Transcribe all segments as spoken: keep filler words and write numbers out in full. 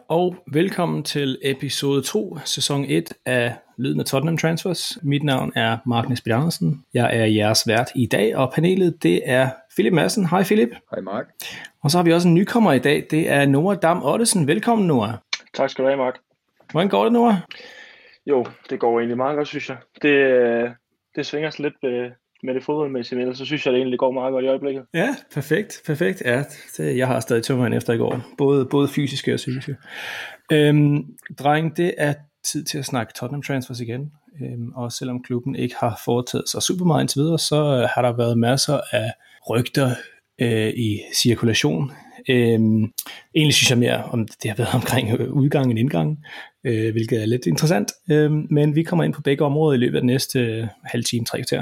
og velkommen til episode to, sæson et af Lyden af Tottenham Transfers. Mit navn er Mark Nesbitt Andersen. Jeg er jeres vært i dag, og panelet det er Philip Madsen. Hej Philip. Hej Mark. Og så har vi også en nykommer i dag, det er Noah Dam Ottesen. Velkommen Noah. Tak skal du have, Mark. Hvordan går det, Noah? Jo, det går egentlig meget godt, synes jeg. Det, det svinger sig lidt med, med det fodboldmæssige, men så synes jeg, det egentlig går meget godt i øjeblikket. Ja, perfekt. perfekt. Ja, det, jeg har stadig tømmeren efter i går. Både, både fysiske og psykiske. Øhm, dreng, det er tid til at snakke Tottenham Transfers igen. Øhm, og selvom klubben ikke har foretaget sig super meget indtil videre, så øh, har der været masser af rygter øh, i cirkulation. Øhm, egentlig synes jeg mere om det har været omkring udgang end indgang, øh, hvilket er lidt interessant. Øhm, men vi kommer ind på begge områder i løbet af den næste øh, halv time, tre kvarter.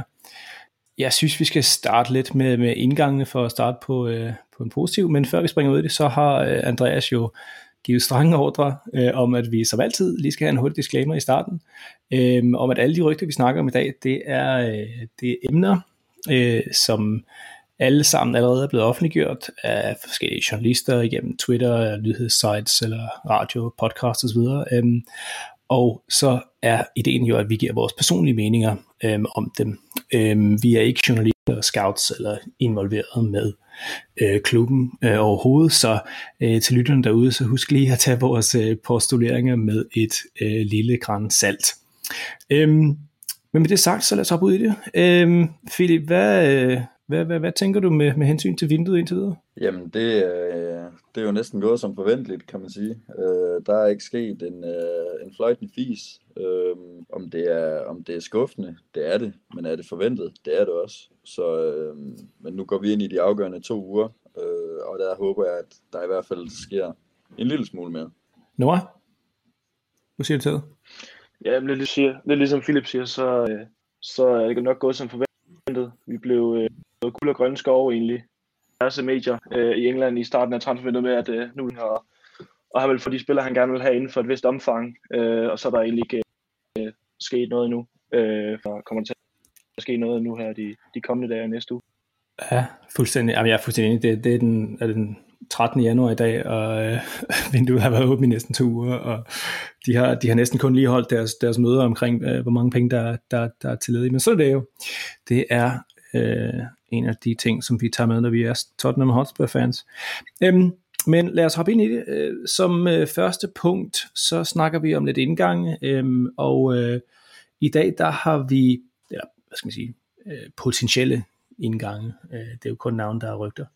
Jeg synes, vi skal starte lidt med, med indgangene for at starte på, øh, på en positiv, men før vi springer ud i det, så har øh, Andreas jo givet strenge ordre øh, om, at vi som altid lige skal have en hurtig disclaimer i starten, øh, om at alle de rygter, vi snakker om i dag, det er, øh, det er emner, øh, som alle sammen allerede er blevet offentliggjort af forskellige journalister igennem Twitter, nyhedssites eller radio, podcast osv. Øhm, og så er ideen jo, at vi giver vores personlige meninger øhm, om dem. Øhm, vi er ikke journalister, scouts eller involveret med øh, klubben øh, overhovedet, så øh, til lytterne derude, så husk lige at tage vores øh, postuleringer med et øh, lille gran salt. Øhm, men med det sagt, så lad os hoppe ud i det. Øhm, Philip, hvad... Øh, Hvad, hvad, hvad tænker du med, med hensyn til vinduet indtil videre? Jamen, det, øh, det er jo næsten gået som forventeligt, kan man sige. Øh, der er ikke sket en, øh, en fløjtende fis. Øh, om, det er, om det er skuffende, det er det. Men er det forventet? Det er det også. Så, øh, men nu går vi ind i de afgørende to uger, øh, og der håber jeg, at der i hvert fald sker en lille smule mere. Noah? Hvad siger du til det? Ja, lidt, lidt, lidt ligesom Philip siger, så, øh, så er det nok gået som forventet. Vi blev... Øh, guld og grønne skove egentlig. Diverse medier øh, i England i starten af transfervinduet med, at øh, nu har og har vel for de spillere, han gerne vil have inden for et vist omfang, øh, og så er der egentlig ikke øh, sket noget endnu. Øh, for kommer der til at ske noget nu her de, de kommende dage og næste uge. Ja, fuldstændig. Jamen, jeg er fuldstændig enig. Det, det er, den, er den trettende januar i dag, og øh, vinduet har været åbent i næsten to uger, og de har, de har næsten kun lige holdt deres, deres møder omkring, øh, hvor mange penge, der, der, der er til ledige. Men så er det jo. Det er øh, en af de ting, som vi tager med, når vi er Tottenham Hotspur-fans. Øhm, men lad os hoppe ind i det. Øh, som øh, første punkt, så snakker vi om lidt indgang, øh, og øh, i dag, der har vi, eller hvad skal man sige, øh, potentielle indgange. Øh, det er jo kun navn, der er rygter.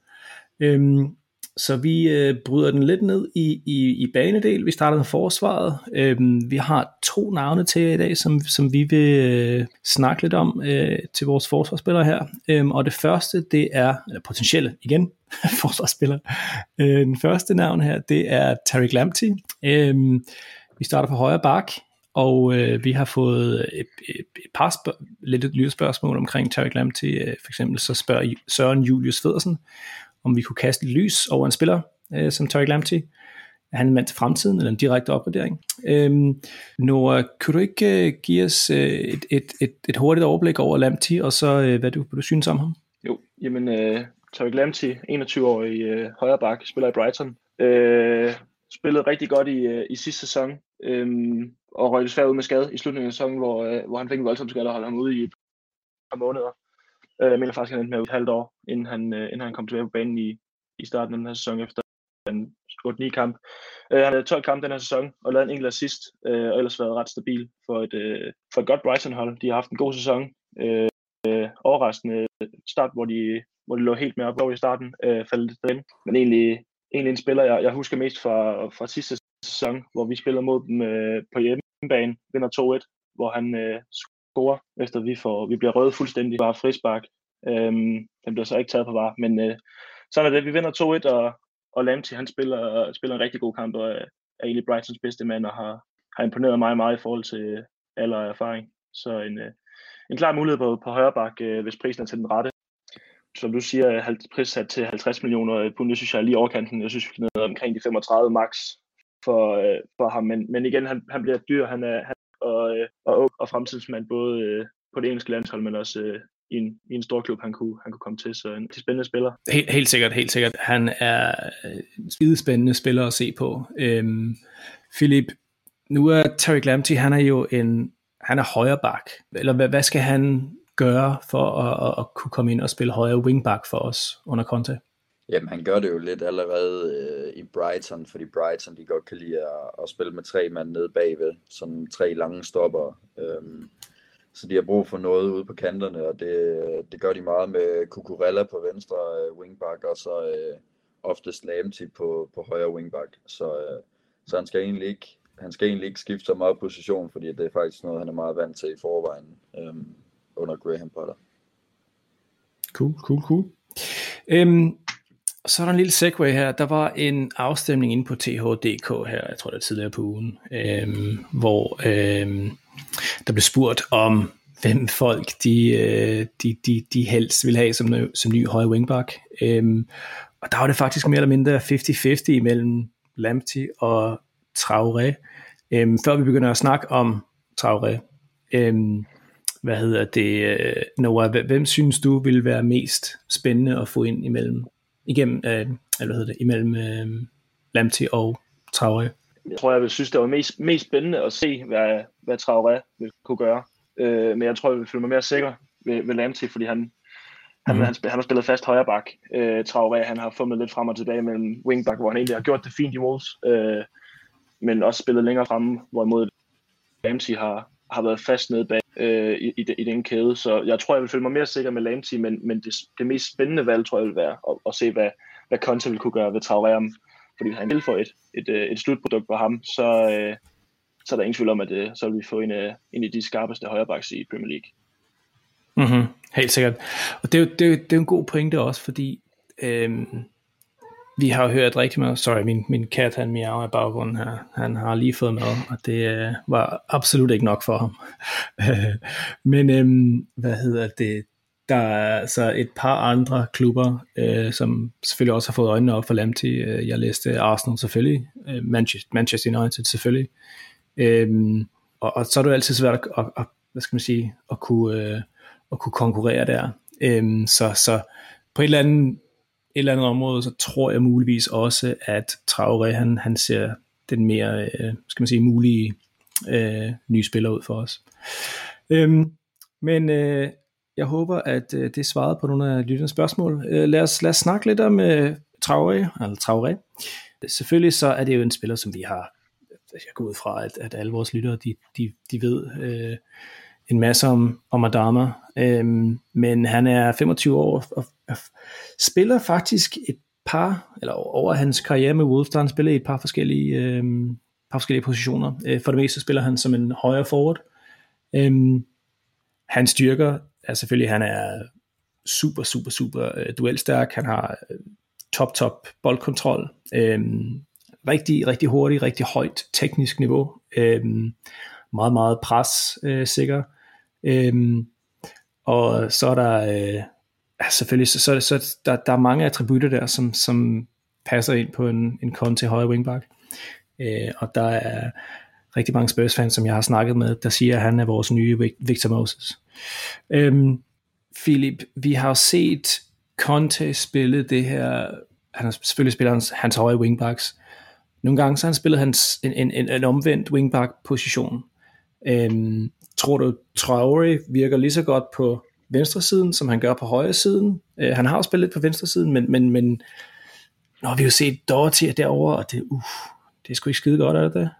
Øh, så vi øh, bryder den lidt ned i, i, i banedel. Vi starter med forsvaret. Øhm, vi har to navne til i dag, som, som vi vil øh, snakke lidt om øh, til vores forsvarsspillere her. Øhm, og det første, det er, eller potentielle igen, forsvarsspillere. Øh, den første navn her, det er Tariq Lamptey. Øhm, vi starter på højre bak, og øh, vi har fået et, et, et par spørg- lidt et lytterspørgsmål omkring Tariq Lamptey. Øh, for eksempel så spørger Søren Julius Feddersen, om vi kunne kaste lidt lys over en spiller øh, som Tariq Lamptey. Er han en mand til fremtiden, eller en direkte opgradering? Øhm, Noah, kunne du ikke øh, give os øh, et, et, et, et hurtigt overblik over Lamptey, og så øh, hvad, du, hvad du synes om ham? Jo, jamen øh, Tariq Lamptey, enogtyve-årig øh, højre bak, spiller i Brighton. Øh, spillede rigtig godt i, øh, i sidste sæson, øh, og røg desværre ud med skade i slutningen af sæsonen, hvor, øh, hvor han fik en voldsom skade og holdt ham ude i et par måneder. Jeg mener faktisk, at han endte med et halvt år, inden han, uh, inden han kom tilbage på banen i, i starten af den her sæson efter en otte ni kamp. Uh, han havde tolv kampe den her sæson og lavede en enkelt assist, uh, og ellers været ret stabil for et, uh, for et godt Brighton-hold. De har haft en god sæson. Uh, uh, overraskende start, hvor de, hvor de lå helt med op over i starten, uh, faldt det ind. Men egentlig, egentlig en spiller, jeg, jeg husker mest fra, fra sidste sæson, hvor vi spiller mod dem uh, på hjemmebane, vinder to et, hvor han uh, scorer, efter vi, får, vi bliver røget fuldstændig bare frispark. Øhm, den bliver så ikke taget på var, men øh, sådan er det. Vi vinder to et, og, og Lamptey, han spiller, spiller en rigtig god kamp, og er, er egentlig Brightons bedste mand, og har, har imponeret mig meget i forhold til alder og erfaring. Så en, øh, en klar mulighed på, på højre bak, øh, hvis prisen er til den rette. Som du siger, prissat til halvtreds millioner pund, det synes jeg er lige overkanten. Jeg synes, vi er nede omkring de femogtredive max for, øh, for ham, men, men igen, han, han bliver dyr, han er, han, og, øh, og, og fremtidsmand, både øh, på det engelske landshold, men også, øh, i en, i en stor klub, han kunne, han kunne komme til. Så en spændende spiller. Helt, helt sikkert, helt sikkert. Han er en skidespændende spiller at se på. Øhm, Philip, nu er Tariq Lamptey, han er jo en, han er højre bak. Eller hvad, hvad skal han gøre for at, at, at kunne komme ind og spille højre wingback for os under Conte? Jamen, han gør det jo lidt allerede øh, i Brighton, fordi Brighton, de godt kan lide at, at spille med tre mand nede bagved, sådan tre lange stopper. Øhm, så de har brug for noget ude på kanterne, og det, det gør de meget med Cucurella på venstre øh, wingback, og så øh, oftest Lamptey på, på højre wingback. Så, øh, så han skal egentlig ikke, han skal egentlig ikke skifte så meget position, fordi det er faktisk noget, han er meget vant til i forvejen øh, under Graham Potter. Cool, cool, cool. Øhm, så er der en lille segue her. Der var en afstemning inde på T H punktum D K her, jeg tror det er tidligere på ugen, øhm, hvor øhm, der blev spurgt om, hvem folk de, øh, de, de, de helst vil have som, som ny højre wingback. Øhm, og der var det faktisk mere eller mindre halvtreds halvtreds imellem Lamptey og Traoré. Øhm, før vi begynder at snakke om Traoré, øhm, hvad hedder det, øh, Noah, hvem synes du vil være mest spændende at få ind imellem, igennem, øh, eller hvad hedder det, imellem øh, Lamptey og Traoré? Jeg tror, jeg vil synes, det var mest, mest spændende at se, hvad, hvad Traoré vil kunne gøre. Øh, men jeg tror, jeg vil føle mig mere sikker ved, ved Lamptey, fordi han, han, mm. han, han har spillet fast højre bak. Øh, Traoré, han har fumlet lidt frem og tilbage mellem wingback, hvor han egentlig har gjort det fint i Wolves, øh, men også spillet længere fremme, hvorimod Lamptey har, har været fast nede bag øh, i, i, i den kæde. Så jeg tror, jeg vil føle mig mere sikker med Lamptey, men, men det, det mest spændende valg, tror jeg, vil være at, at se, hvad, hvad Conte vil kunne gøre ved Traoré. Fordi han vil få et, et, et slutprodukt på ham, så, øh, så er der ingen tvivl om, at øh, så vil vi få en, øh, en af de skarpeste højrebacks i Premier League. Mm-hmm. Helt sikkert. Og det er jo det er, det er en god pointe også, fordi øhm, vi har jo hørt rigtig meget, sorry, min, min kat, han miaver i baggrunden her, han har lige fået mad, og det øh, var absolut ikke nok for ham. Men øhm, hvad hedder det, der er så et par andre klubber, øh, som selvfølgelig også har fået øjnene op for Lamptey. Jeg læste Arsenal selvfølgelig, øh, Manchester, Manchester United selvfølgelig, øhm, og, og så er det jo altid svært at, at, at hvad skal man sige, at kunne, øh, at kunne konkurrere der. Øhm, så, så på et eller andet, et eller andet område, så tror jeg muligvis også, at Traoré, han, han ser den mere, øh, skal man sige, mulige øh, nye spiller ud for os. Øhm, men øh, jeg håber, at øh, det svarede på nogle af lytternes spørgsmål. Øh, lad, os, lad os snakke lidt om øh, Traoré, eller Traoré. Selvfølgelig så er det jo en spiller, som vi har, jeg går ud fra, at, at alle vores lyttere, de, de, de ved øh, en masse om, om Adama, øhm, men han er femogtyve år og, og spiller faktisk et par, eller over hans karriere med Wolves, der han spiller i et par forskellige, øhm, par forskellige positioner. Øh, for det meste spiller han som en højre forward. Øhm, hans styrker er selvfølgelig, han er super, super, super øh, duelstærk. Han har øh, top, top boldkontrol. Øhm, rigtig, rigtig hurtigt, rigtig højt teknisk niveau. Øhm, meget, meget pres øh, sikker. Øhm, og så er der øh, selvfølgelig så, så, så der, der er mange attributter der, som, som passer ind på en, en Conte højre wingback. Øh, og der er rigtig mange Spurs-fans, som jeg har snakket med, der siger, at han er vores nye Victor Moses. Øhm, Philip, vi har set Conte spille det her, han har selvfølgelig spillet hans, hans højre wingbacks. Nogle gange så har han spillet hans, en, en, en omvendt wingback-position. Øhm, tror du, Traoré virker lige så godt på venstre siden, som han gør på højre siden? Øh, han har jo spillet lidt på venstre siden, men, men, men når vi jo set Doherty derovre, og det, uh, det er sgu ikke skide godt, er det det?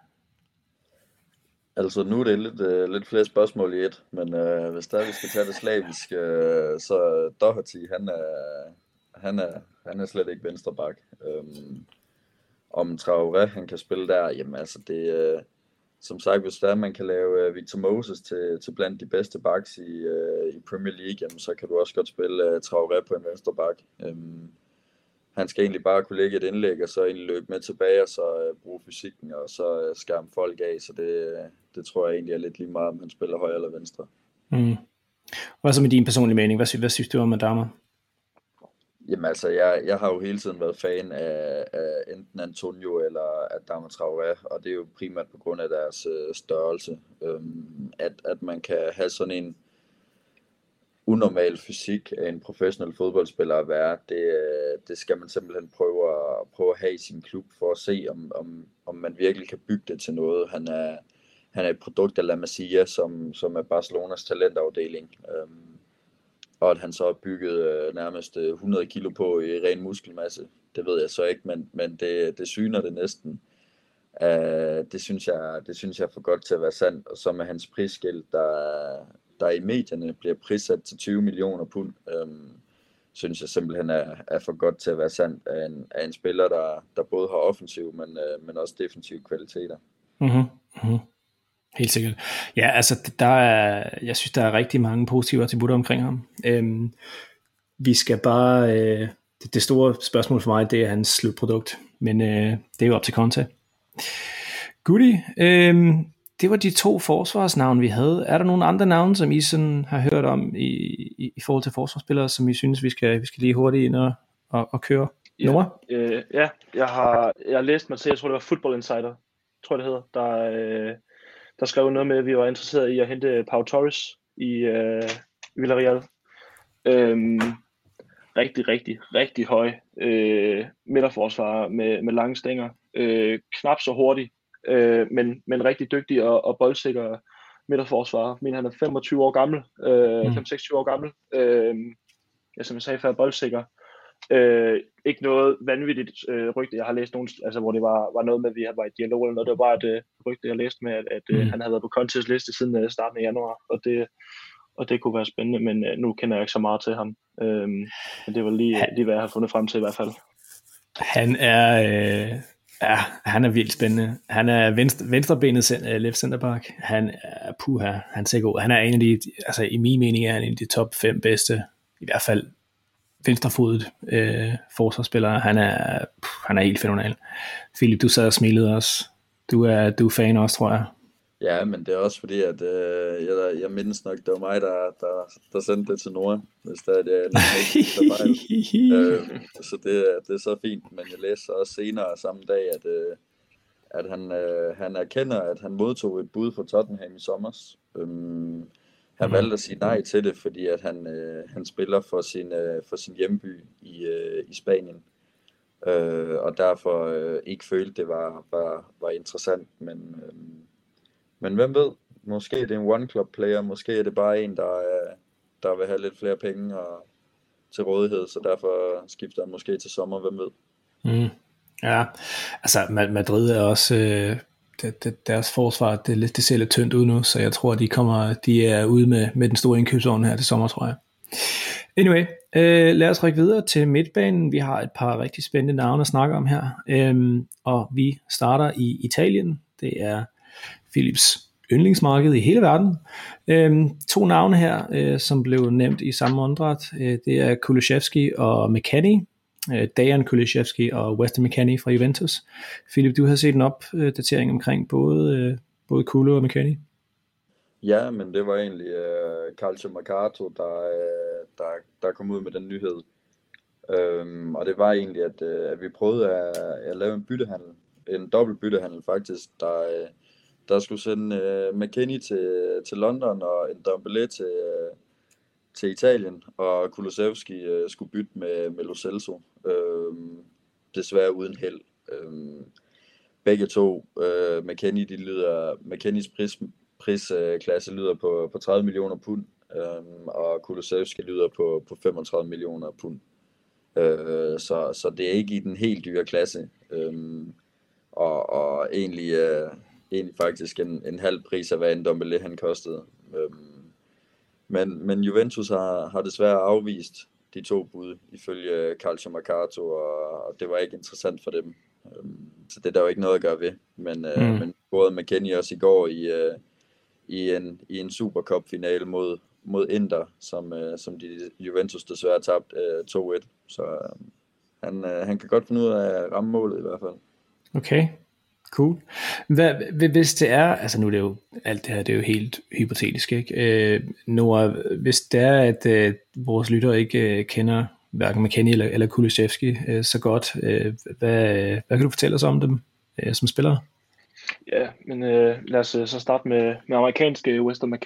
Altså nu er det lidt, øh, lidt flere spørgsmål i et, men øh, hvis der vi skal tage det slavisk, øh, så Doherty, han er, han er, han er slet ikke venstre bak. Øhm, om Traoré, han kan spille der, jamen altså det, øh, som sagt, hvis der man kan lave øh, Victor Moses til, til blandt de bedste backs i, øh, i Premier League, jamen så kan du også godt spille øh, Traoré på en venstre bak. Øhm, han skal egentlig bare kunne lægge et indlæg, og så egentlig løbe med tilbage, og så øh, bruge fysikken, og så øh, skærme folk af, så det, det tror jeg egentlig er lidt lige meget, om han spiller højre eller venstre. Mm. Hvad så med din personlige mening? Hvad, hvad synes du om Adama? Jamen altså, jeg, jeg har jo hele tiden været fan af, af enten Antonio eller Adama Traoré, og det er jo primært på grund af deres øh, størrelse. Øhm, at, at man kan have sådan en unormal fysik af en professionel fodboldspiller at være. Det, det skal man simpelthen prøve at, prøve at have i sin klub, for at se, om, om, om man virkelig kan bygge det til noget. Han er, han er et produkt af La Masia, som, som er Barcelonas talentafdeling. Øhm, og at han så har bygget øh, nærmest hundrede kilo på i ren muskelmasse, det ved jeg så ikke, men, men det, det syner det næsten. Uh, det, synes jeg, det synes jeg er for godt til at være sandt. Og så med hans prisskilt, der, der i medierne bliver prissat til tyve millioner pund, øhm, synes jeg simpelthen er, er for godt til at være sandt af en, af en spiller, der, der både har offensiv, men, øh, men også defensive kvaliteter. Mm-hmm. Mm-hmm. Helt sikkert. Ja, altså der er, jeg synes, der er rigtig mange positive attributter omkring ham. Øhm, vi skal bare, øh, det, det store spørgsmål for mig, det er hans slutprodukt, men øh, det er jo op til Conte. Goodie. Øhm, det var de to forsvarsnavne, vi havde. Er der nogle andre navne, som I sådan har hørt om i, i, i forhold til forsvarsspillere, som I synes, vi skal, vi skal lige hurtigt ind og, og, og køre? Nora? Ja, øh, ja, jeg har, jeg har læst mig til, jeg tror det var Football Insider, tror det hedder, der, øh, der skrev noget med, at vi var interesseret i at hente Pau Torres i øh, Villarreal. Øhm, rigtig, rigtig, rigtig høj øh, midterforsvarer med, med lange stænger. Øh, knap så hurtig, øh, men, men rigtig dygtig og, og boldsikker midterforsvarer. Men han er femogtyve år gammel, øh, mm. fem til seks år gammel. Øh, ja, som jeg sagde før, boldsikker. Øh, ikke noget vanvittigt øh, rygte, jeg har læst nogen, altså, hvor det var, var noget med, at vi var i dialog eller noget. Det var bare et øh, rygte, jeg læste med, at, at mm. øh, han havde været på Contes liste siden øh, starten af januar, og det, og det kunne være spændende, men øh, nu kender jeg ikke så meget til ham. Øh, men det var lige, lige, hvad jeg har fundet frem til i hvert fald. Han er, øh, ja, han er vildt spændende. Han er venstre, venstrebenet uh, left center back. Han er puha, han ser god. Han er en af de, altså i min mening er han en af de top fem bedste, i hvert fald venstrefodet øh, forsvarsspillere. Han er, puh, han er helt fænomenal. Philip, du sad og smilede også. Du er, du er fan også, tror jeg. Ja, men det er også fordi, at øh, jeg, jeg mindes nok, det var mig, der, der, der sendte det til Nora, hvis der er det, øh, så det, det er så fint, men jeg læste også senere samme dag, at, øh, at han, øh, han erkender, at han modtog et bud fra Tottenham i sommer. Øhm, han valgte at sige nej til det, fordi at han, øh, han spiller for sin, øh, for sin hjemby i, øh, i Spanien, øh, og derfor øh, ikke følte, det var, var, var interessant, men... Øh, Men hvem ved, måske det er en one-club-player, måske er det bare en, der, der vil have lidt flere penge og, til rådighed, så derfor skifter han måske til sommer, hvem ved. Mm. Ja, altså Madrid er også, øh, det, det, deres forsvar, det, det ser lidt tyndt ud nu, så jeg tror, de kommer, de er ude med, med den store indkøbsovn her til sommer, tror jeg. Anyway, øh, lad os række videre til midtbanen. Vi har et par rigtig spændende navne at snakke om her, øhm, og vi starter i Italien. Det er Philips yndlingsmarked i hele verden. Øhm, to navne her, øh, som blev nævnt i samme åndedræt, øh, det er Kulusevski og McKennie. Øh, Dejan Kulusevski og Weston McKennie fra Juventus. Philip, du har set en opdatering omkring både, øh, både Kulu og McKennie. Ja, men det var egentlig øh, Calcio Mercato, der, øh, der, der kom ud med den nyhed. Øhm, og det var egentlig, at, øh, at vi prøvede at, at lave en byttehandel, en dobbelt byttehandel faktisk, der øh, der skulle sende uh, McKennie til, til London og en Ndombele til, uh, til Italien, og Kulusevski uh, skulle bytte med, med Lo Celso. Uh, desværre uden held. Uh, begge to, uh, McKennie, de lyder, McKennies pris, prisklasse uh, lyder på, på tredive millioner pund, uh, og Kulusevski lyder på, på femogtredive millioner pund. Uh, så, så det er ikke i den helt dyre klasse. Uh, og, og egentlig... Uh, egentlig faktisk en, en halv pris af hvad en Ndombele han kostede. Øhm, men, men Juventus har, har desværre afvist de to bud ifølge Calcio Mercato, og, og det var ikke interessant for dem. Øhm, så det er der jo ikke noget at gøre ved. Men, øh, mm. men både McKennie også i går i, øh, i en, i en Supercup-finale mod, mod Inter, som, øh, som de Juventus desværre tabt øh, to et. Så øh, han, øh, han kan godt finde ud af at ramme målet i hvert fald. Okay. Cool. Hvad, hvis det er, altså nu er det jo, alt det her, det er jo helt hypotetisk, ikke? Øh, Nora, hvis det er, at øh, vores lyttere ikke øh, kender hverken McKennie eller, eller Kulusevski øh, så godt, øh, hvad, hvad kan du fortælle os om dem øh, som spillere? Ja, men øh, lad os så starte med, med amerikanske Weston McKennie.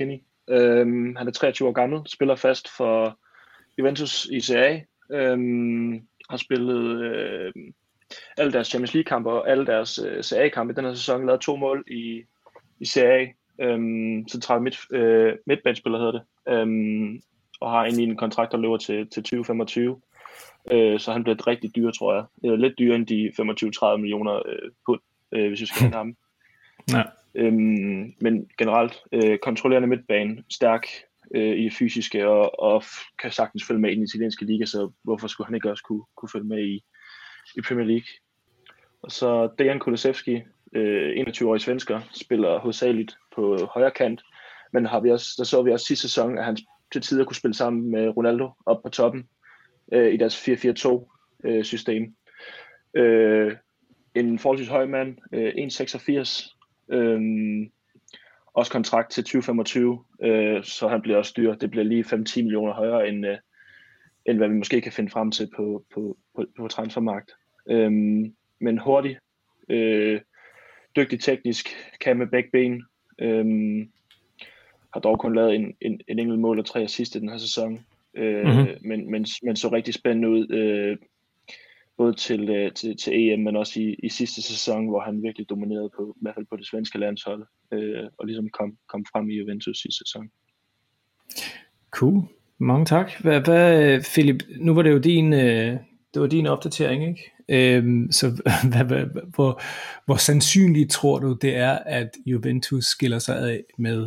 Øhm, han er treogtyve år gammel, spiller fast for Juventus i Serie A. Øhm, har spillet øh, alle deres Champions League-kampe og alle deres øh, Serie A-kampe. Den her sæson lavet to mål i, i Serie A. Øhm, central midt, øh, midtbanespiller hedder det. Øhm, og har egentlig en kontrakt, der løber til, til tyve femogtyve. Øh, så han bliver rigtig dyr, tror jeg. Øh, lidt dyrere end de femogtyve til tredive millioner øh, pund, øh, hvis vi skal have ham. Ja. Øhm, men generelt øh, kontrollerende midtbane, stærk øh, i fysiske og, og kan sagtens følge med i den italienske liga, så hvorfor skulle han ikke også kunne, kunne følge med i, i Premier League? Og så Dejan Kulusevski, øh, enogtyve-årig svensker, spiller hovedsageligt på højre kant, men har vi også, der så vi også sidste sæson, at han til tider kunne spille sammen med Ronaldo op på toppen øh, i deres fire fire to øh, system. Øh, en forholdsvis høj mand, øh, en komma seksogfirs, Øhm, også kontrakt til tyve femogtyve, øh, så han bliver også dyr. Det bliver lige fem til ti millioner højere, end, øh, end hvad vi måske kan finde frem til på, på, på, på transfermarkt. Øhm, men hurtig, øh, dygtig teknisk, kan med begge ben. Øhm, har dog kun lavet en, en, en enkelt mål og tre assist i den her sæson. Øh, mm-hmm. men, men, men så rigtig spændende ud, øh, både til, til, til E M, men også i, i sidste sæson, hvor han virkelig dominerede på, i hvert fald på det svenske landshold, øh, og ligesom kom, kom frem i Juventus sidste sæson. Cool. Mange tak. Hvad, hvad, Philip, nu var det jo din, øh, det var din opdatering, ikke? Øhm, så hvad, hvad, hvor, hvor sandsynligt tror du, det er, at Juventus skiller sig af med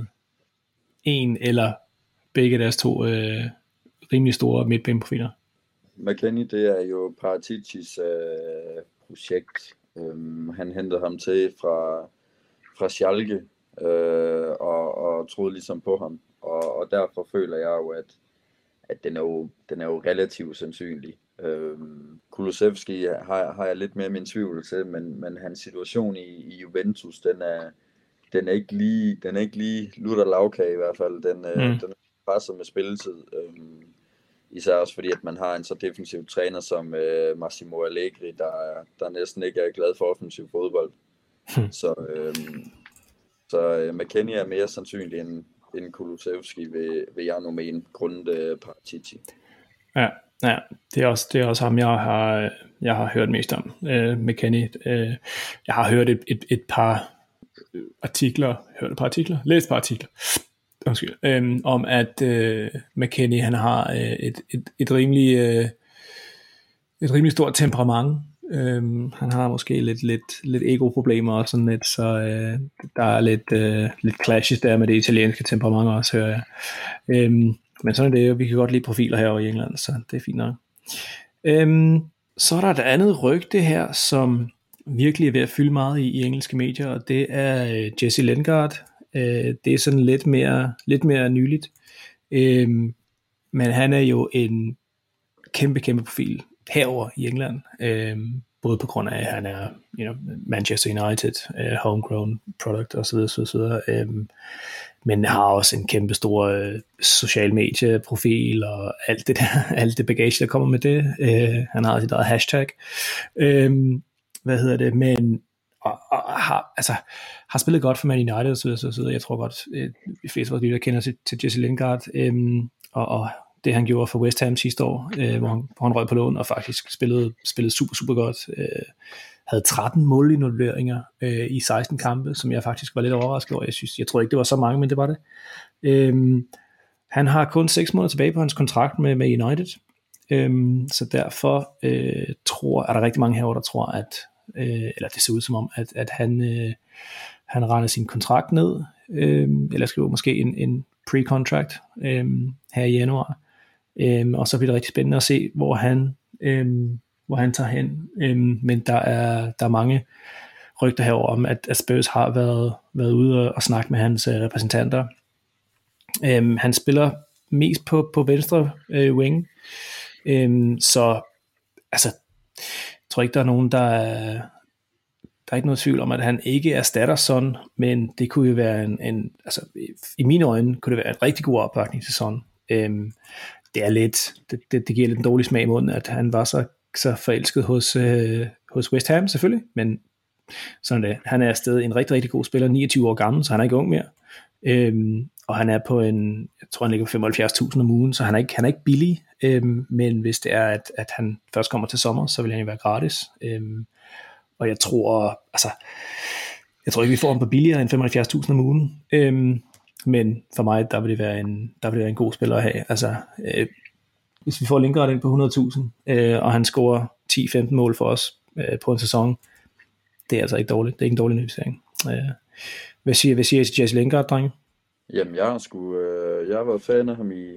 en eller begge deres to øh, rimelig store midtbaneprofiler? McKennie, det er jo Paraticis øh, projekt. Øhm, han hentede ham til fra, fra Schalke øh, og, og troede ligesom på ham. Og, og derfor føler jeg jo, at, at den, er jo, den er jo relativt sandsynlig. Øhm, Kulusevski har, har jeg lidt mere min tvivl til, men, men hans situation i, i Juventus, den er, den er ikke lige, den er ikke lige lutter lavkage i hvert fald. Den, mm. øh, den er presset med spilletid. Øhm, Især også fordi, at man har en så defensiv træner som øh, Massimo Allegri, der, der næsten ikke er glad for offensiv fodbold. Hmm. Så, øh, så øh, McKennie er mere sandsynlig end, end Kulusevski, vil, vil jeg nu mene, grundet øh, Paratici. Ja, ja, det er også, det er også ham, jeg har, jeg har hørt mest om, øh, McKennie. Øh, jeg har hørt et, et, et par artikler, hørt et par artikler, læst et par artikler, Undskyld, øhm, om at øh, McKennie han har øh, et, et, et rimelig øh, et rimelig stort temperament. Øhm, han har måske lidt lidt lidt ego-problemer og sådan lidt, så øh, der er lidt øh, lidt clashes der med det italienske temperament også, hører jeg. Øhm, men sådan er det jo. Vi kan godt lide profiler herovre i England, så det er fint nok. Øhm, så er der et andet rygte her, som virkelig er ved at fylde meget i, i engelske medier, og det er øh, Jesse Lingard. Det er sådan lidt mere, lidt mere nyligt, øhm, men han er jo en kæmpe, kæmpe profil herover i England, øhm, både på grund af, at han er you know, Manchester United, uh, homegrown product osv., osv., øhm, men har også en kæmpe stor øh, social medieprofil og alt det der, alt det bagage, der kommer med det. Øh, han har sit eget hashtag. Øhm, hvad hedder det, men Og, og har, altså, har spillet godt for Man United og så videre, så videre. Jeg tror godt, øh, de fleste af os lytter kender til, til Jesse Lingard, øhm, og, og det han gjorde for West Ham sidste år, øh, hvor, han, hvor han røg på lån og faktisk spillede, spillede super, super godt. Øh, havde tretten målinvolveringer øh, i seksten kampe, som jeg faktisk var lidt overrasket over. Jeg, synes, jeg tror ikke, det var så mange, men det var det. Øhm, han har kun seks måneder tilbage på hans kontrakt med, med United, øhm, så derfor øh, tror, er der rigtig mange herovre, der tror, at Øh, eller det ser ud som om, at, at han, øh, han render sin kontrakt ned, øh, eller skriver måske en, en pre-contract øh, her i januar, øh, og så bliver det rigtig spændende at se, hvor han, øh, hvor han tager hen, øh, men der er, der er mange rygter herover om, at, at Spurs har været, været ude og, og snakke med hans øh, repræsentanter. Øh, han spiller mest på, på venstre øh, wing, øh, så altså jeg tror ikke, der er nogen, der er, der er ikke noget tvivl om, at han ikke erstatter Son, men det kunne jo være en, en altså i mine øjne, kunne det være en rigtig god opbakning til Son. Øhm, det er lidt, det, det, det giver lidt en dårlig smag i munden, at han var så, så forelsket hos, øh, hos West Ham selvfølgelig, men sådan det. Han er stadig en rigtig, rigtig god spiller, niogtyve år gammel, så han er ikke ung mere. Øhm, og han er på en, jeg tror han ligger på femoghalvfjerds tusind om ugen, så han er ikke, han er ikke billig, øhm, men hvis det er, at, at han først kommer til sommer, så vil han jo være gratis. Øhm, og jeg tror, altså, jeg tror ikke, vi får ham på billigere end femoghalvfjerds tusind om ugen, øhm, men for mig, der vil det være en, der vil det være en god spiller at have. Altså, øh, hvis vi får Lingard ind på hundrede tusind, øh, og han scorer ti til femten mål for os øh, på en sæson, det er altså ikke dårligt. Det er ikke en dårlig investering. Øh, hvad siger, hvad siger I til Jesse Lingard, drenge? Jamen, jeg har sgu, øh, jeg har været fan af ham i,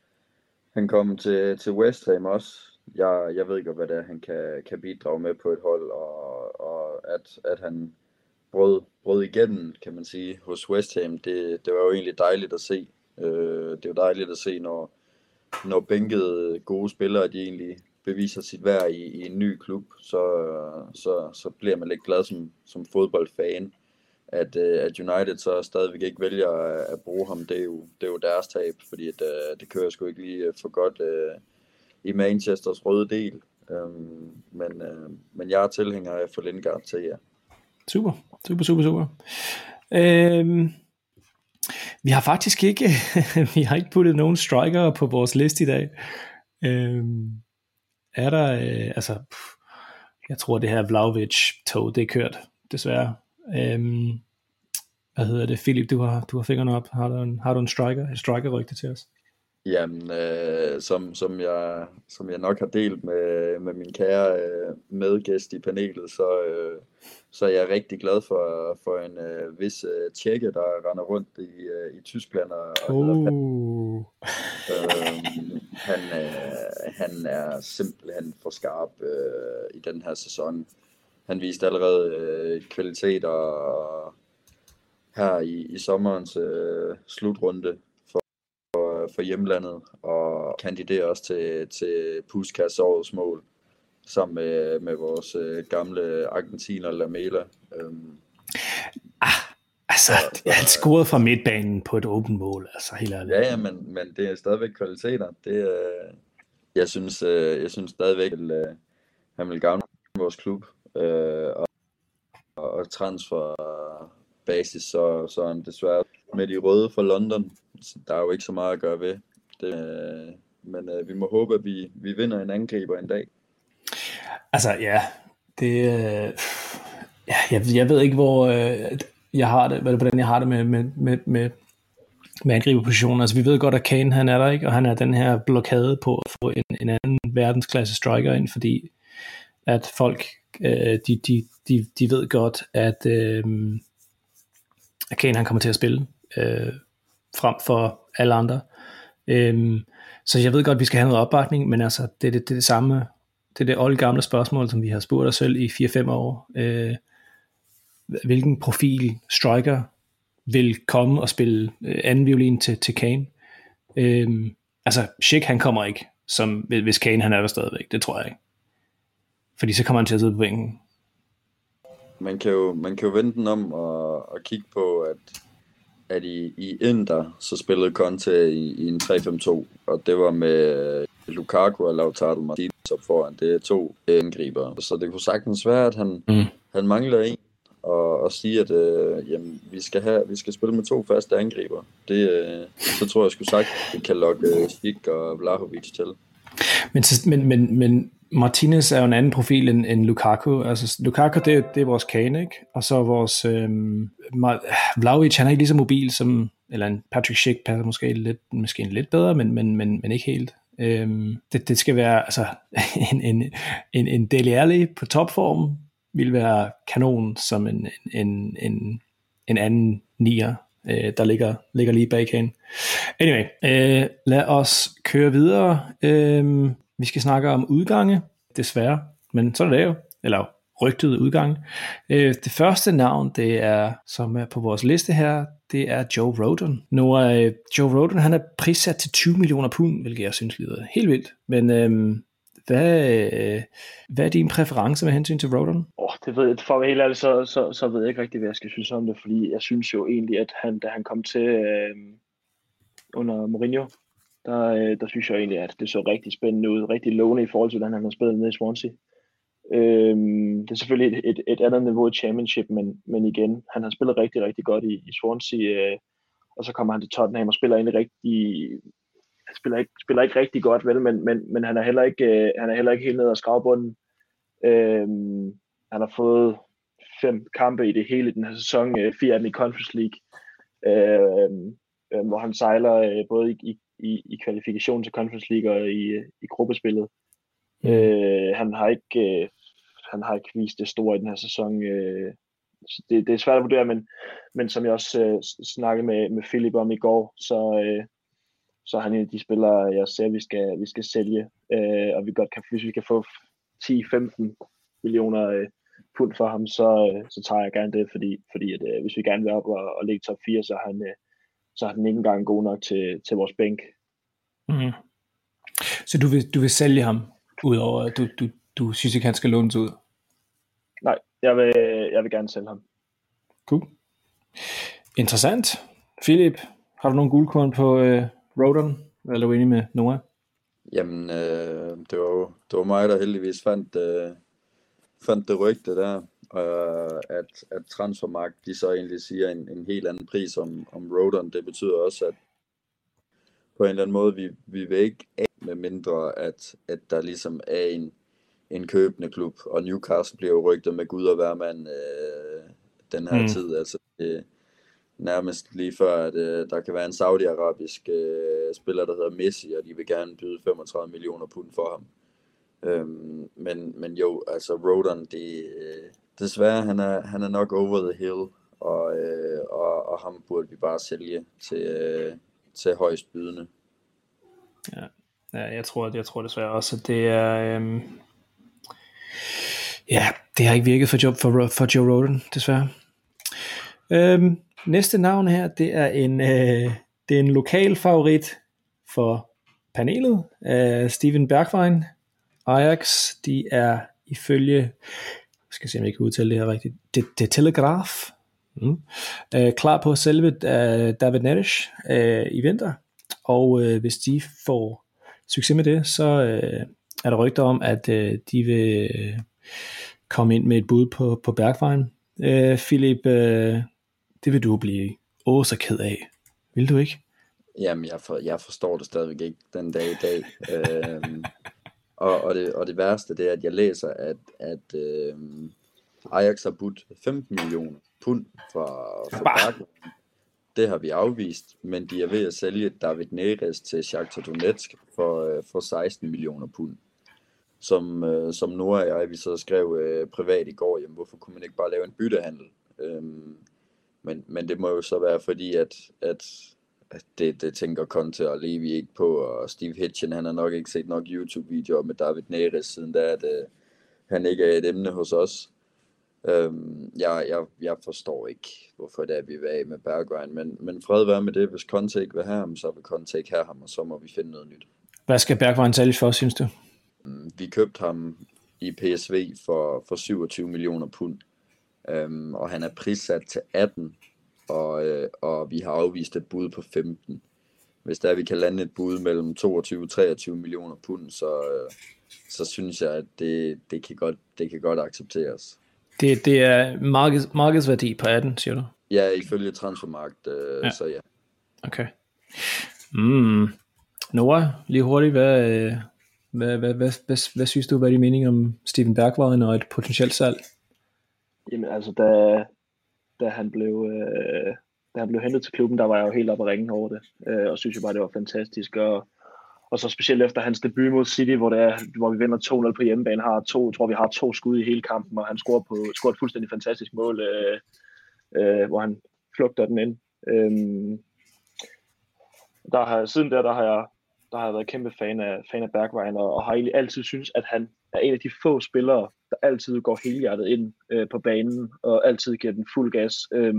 han kom til, til West Ham også. Jeg, jeg ved ikke, hvad det er, han kan, kan bidrage med på et hold, og, og at, at han brød, brød igennem, kan man sige, hos West Ham, det, det var jo egentlig dejligt at se. Øh, det er jo dejligt at se, når, når bænkede gode spillere, de egentlig beviser sit værd i, i en ny klub, så, så, så bliver man lidt glad som, som fodboldfan. At, at United så stadigvæk ikke vælger at bruge ham, det er jo, det er jo deres tab, fordi at, uh, det kører sgu ikke lige for godt uh, i Manchesters røde del. Um, men, uh, men jeg er tilhænger af for Lingard til jer. Super, super, super, super. Øhm, vi har faktisk ikke, vi har ikke puttet nogen striker på vores liste i dag. Øhm, er der, øh, altså, jeg tror det her Vlahovic-tog, det er kørt, desværre. Øhm, hvad hedder det? Philip, du har, du har fingrene op. Har du en, har du en striker, et striker-rygte til os? Jamen, øh, som, som, jeg, som jeg nok har delt med, med min kære øh, medgæst i panelet, så, øh, så er jeg rigtig glad for, for en øh, vis øh, tjekke, der render rundt i, øh, i Tyskland. Og, uh. øh, han, øh, han er simpelthen for skarp øh, i den her sæson. Han viste allerede øh, kvalitet og her i, i sommerens øh, slutrunde for, for, for hjemlandet, og kandiderer også til, til Puskas årets mål, sammen med, med vores øh, gamle argentiner Lamela. Øhm. Ah, altså, så, så, han scorede fra midtbanen på et åbent mål, altså helt ærligt. Ja, ja, men, men det er stadigvæk kvaliteter. Det, øh, jeg, synes, øh, jeg synes stadigvæk, at øh, han vil gavne vores klub, øh, og, og transfer basis, så, så er han desværre med de røde fra London. Så der er jo ikke så meget at gøre ved det. Øh, men øh, vi må håbe, at vi, vi vinder en angriber en dag. Altså, ja. Det, øh, ja jeg, jeg ved ikke, hvor øh, jeg har det, hvordan jeg har det med, med, med, med, med angriberpositionen. Altså, vi ved godt, at Kane, han er der, ikke? Og han er den her blokade på at få en, en anden verdensklasse striker ind, fordi at folk, øh, de, de, de, de ved godt, at øh, at Kane han kommer til at spille øh, frem for alle andre. Øhm, så jeg ved godt, at vi skal have noget opbakning, men altså, det er det, det, er det samme, det er det old gamle spørgsmål, som vi har spurgt os selv i fire fem år. Øh, hvilken profil striker vil komme og spille øh, anden violin til, til Kane? Øhm, altså, Schick han kommer ikke, som, hvis Kane han er der stadigvæk, det tror jeg ikke. Fordi så kommer han til at sidde på bænken. Man kan jo, man kan jo vente den om og, og kigge på, at, at i, i Inter, så spillede Conte i, i en tre fem to, og det var med Lukaku og Lautaro Martinez op foran. Det er to angriber, så det kunne sagtens være, at han, mm. han mangler en, og, og sige, at øh, jamen, vi, skal have, vi skal spille med to faste angriber. Det, øh, så tror jeg sgu sagt, at vi kan lokke Schick og Vlahovic til. Men, men, men, men Martinez er jo en anden profil end, end Lukaku. Altså, Lukaku, det, det er vores Kane, ikke? Og så vores øhm, Vlahovic, han er ikke lige så mobil som, eller en Patrick Schick passer måske lidt, måske lidt bedre, men, men, men, men ikke helt. Øhm, det, det skal være, altså, en, en, en, en Dele Alli på topform vil være kanon som en, en, en, en anden nier, øh, der ligger, ligger lige bag Kane. Anyway, øh, lad os køre videre. Øh, Vi skal snakke om udgange, desværre, men sådan er det jo, eller rygtede udgange. Øh, det første navn, det er, som er på vores liste her, det er Joe Rodon. Nu er øh, Joe Rodon, han er prissat til tyve millioner pund, hvilket jeg synes lyder helt vildt. Men øh, hvad, øh, hvad er din præference med hensyn til Rodon? Åh, oh, det ved jeg, for at være helt ærlig, så, så, så ved jeg ikke rigtig, hvad jeg skal synes om det, fordi jeg synes jo egentlig, at han, da han kom til øh, under Mourinho, Der, der synes jeg egentlig, at det så rigtig spændende ud, rigtig lovende i forhold til, hvordan han har spillet nede i Swansea. Øhm, det er selvfølgelig et, et, et andet niveau i Championship, men, men igen, han har spillet rigtig, rigtig godt i, i Swansea, øh, og så kommer han til Tottenham og spiller egentlig rigtig, spiller ikke, spiller ikke rigtig godt, vel, men, men, men han er heller ikke, øh, han er heller ikke helt nede og skrave bunden. Øh, han har fået fem kampe i det hele i den her sæson, øh, fire af dem i Conference League, øh, øh, hvor han sejler øh, både i, i, i kvalifikation til Conference League og i, i gruppespillet. Mm. Øh, han har ikke øh, han har ikke vist det store i den her sæson. Øh, det, det er svært at vurdere, men, men som jeg også øh, snakkede med, med Philip om i går, så, øh, så er han en af de spillere, jeg ser, vi skal, vi skal sælge, øh, og vi godt kan, hvis vi kan få ti til femten millioner øh, pund for ham, så, øh, så tager jeg gerne det, fordi, fordi at, øh, hvis vi gerne vil op og, og ligge top fire, så er han, øh, så er han ikke engang god nok til, til vores bænk. Mm. Så du vil, du vil sælge ham, udover at du, du, du synes ikke, han skal lånes ud? Nej, jeg vil, jeg vil gerne sælge ham. Cool. Interessant. Philip, har du nogle guldkorn på øh, Rodon? Eller er du enig med Noah? Jamen, øh, det, var jo, det var mig, der heldigvis fandt, øh, fandt det rygte der, øh, at, at Transfermarkt, de så egentlig siger en, en helt anden pris om, om Rodon. Det betyder også, at på en eller anden måde, vi, vi vil ikke af med mindre, at, at der ligesom er en, en købende klub, og Newcastle bliver jo rygtet med Gud og hvermand øh, den her mm. tid. Altså, det, nærmest lige før, at øh, der kan være en saudiarabisk øh, spiller, der hedder Messi, og de vil gerne byde femogtredive millioner pund for ham. Øhm, men, men jo, altså Rodon, det, øh, desværre, han er, han er nok over the hill, og, øh, og, og ham burde vi bare sælge til, øh, til højst bydende. Ja, ja jeg, tror, jeg tror desværre også, at det er... Øhm... Ja, det har ikke virket for Joe, for, for Joe Rodon, desværre. Øhm, næste navn her, det er en, øh, det er en lokal favorit for panelet. Øh, Steven Bergwijn, Ajax, de er ifølge, jeg skal se om jeg kan udtale det her rigtigt, The, The Telegraph, mm, øh, klar på at sælge øh, David Neres øh, i vinter. Og øh, hvis de får succes med det, så øh, er der rygter om, at øh, de vil øh, komme ind med et bud på, på Bergwijn. Øh, Philip, øh, det vil du blive åh så ked af. Vil du ikke? Jamen, jeg, for, jeg forstår det stadigvæk ikke den dag i dag. øhm, og, og, det, og det værste, det er, at jeg læser, at, at øhm, Ajax har budt femten millioner pund for, for Bergwijn. Det har vi afvist, men de er ved at sælge David Neres til Shakhtar Donetsk for, for seksten millioner pund. Som, øh, som Noah og jeg, vi så skrev øh, privat i går, jamen hvorfor kunne man ikke bare lave en byttehandel? Øhm, men, men det må jo så være fordi, at, at, at det, det tænker Conte og Levi ikke på, og Steve Hitchen, han har nok ikke set nok YouTube-videoer med David Neres, siden da, at øh, han ikke er et emne hos os. Øhm, jeg, jeg, jeg forstår ikke, hvorfor det er, vi vil af med Bergwijn, men, men fred være med det. Hvis Conte ikke vil have ham, så vil Conte ikke have ham, og så må vi finde noget nyt. Hvad skal Bergwijn sælges for, synes du? Vi købte ham i P S V for, for syvogtyve millioner pund, øhm, og han er prissat til atten, og, øh, og vi har afvist et bud på femten. Hvis der vi kan lande et bud mellem toogtyve og treogtyve millioner pund, så, øh, så synes jeg, at det, det, kan godt, det kan godt accepteres. Det, det er markeds, markedsværdi på atten, siger du? Ja, ifølge Transfermarkt, øh, ja. Så ja. Okay. Mm. Noah, lige hurtigt, hvad, hvad, hvad, hvad, hvad, hvad synes du, hvad er din mening om Steven Bergwijn og et potentielt salg? Jamen altså, da, da, han blev, øh, da han blev hentet til klubben, der var jeg jo helt oppe at ringe over det, øh, og synes jo bare, det var fantastisk, og Og så specielt efter hans debut mod City, hvor, det er, hvor vi vinder to nul på hjemmebane, har to, jeg tror vi har to skud i hele kampen, og han scorer, på, scorer et fuldstændig fantastisk mål, øh, øh, hvor han flugter den ind. Øh, der har, siden der, der har jeg, der har jeg været kæmpe fan af, fan af Bergwijn, og, og har egentlig altid synes, at han er en af de få spillere, der altid går helhjertet ind øh, på banen, og altid giver den fuld gas. Øh,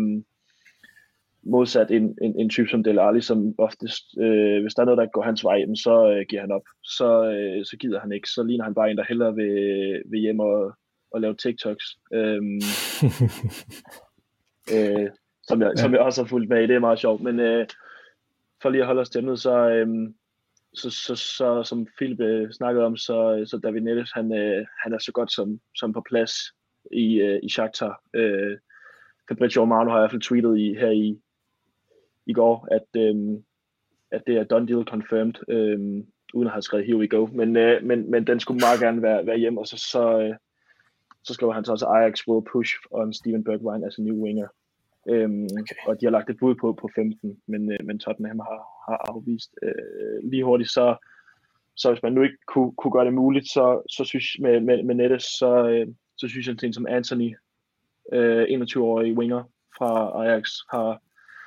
modsat en, en, en type som Dele Alli, som oftest, øh, hvis der er noget, der går hans vej, så øh, giver han op. Så, øh, så gider han ikke. Så ligner han bare en, der hellere vil, vil hjem og, og lave TikToks. Øhm, øh, som, jeg, ja. som jeg også har fulgt med i. Det er meget sjovt. Men øh, for lige at holde os til emnet, så, øh, så, så, så som Philip øh, snakkede om, så, så David Neres, han, øh, han er så godt som, som på plads i, øh, i Shakhtar. Øh, Fabrizio Romano har i hvert fald tweetet i, her i i går, at, øh, at det er done deal confirmed, øh, uden at have skrevet here we go, men, øh, men, men den skulle meget gerne være, være hjem, og så, så, øh, så skriver han så også, Ajax will push on Steven Bergwijn as a new winger. Øhm, okay. Og de har lagt et bud på på femten, men, øh, men Tottenham har, har afvist øh, lige hurtigt, så, så hvis man nu ikke kunne, kunne gøre det muligt, så, så synes med, med, med Nettes, så, øh, så synes jeg, at som Anthony, øh, enogtyve-årig winger fra Ajax, har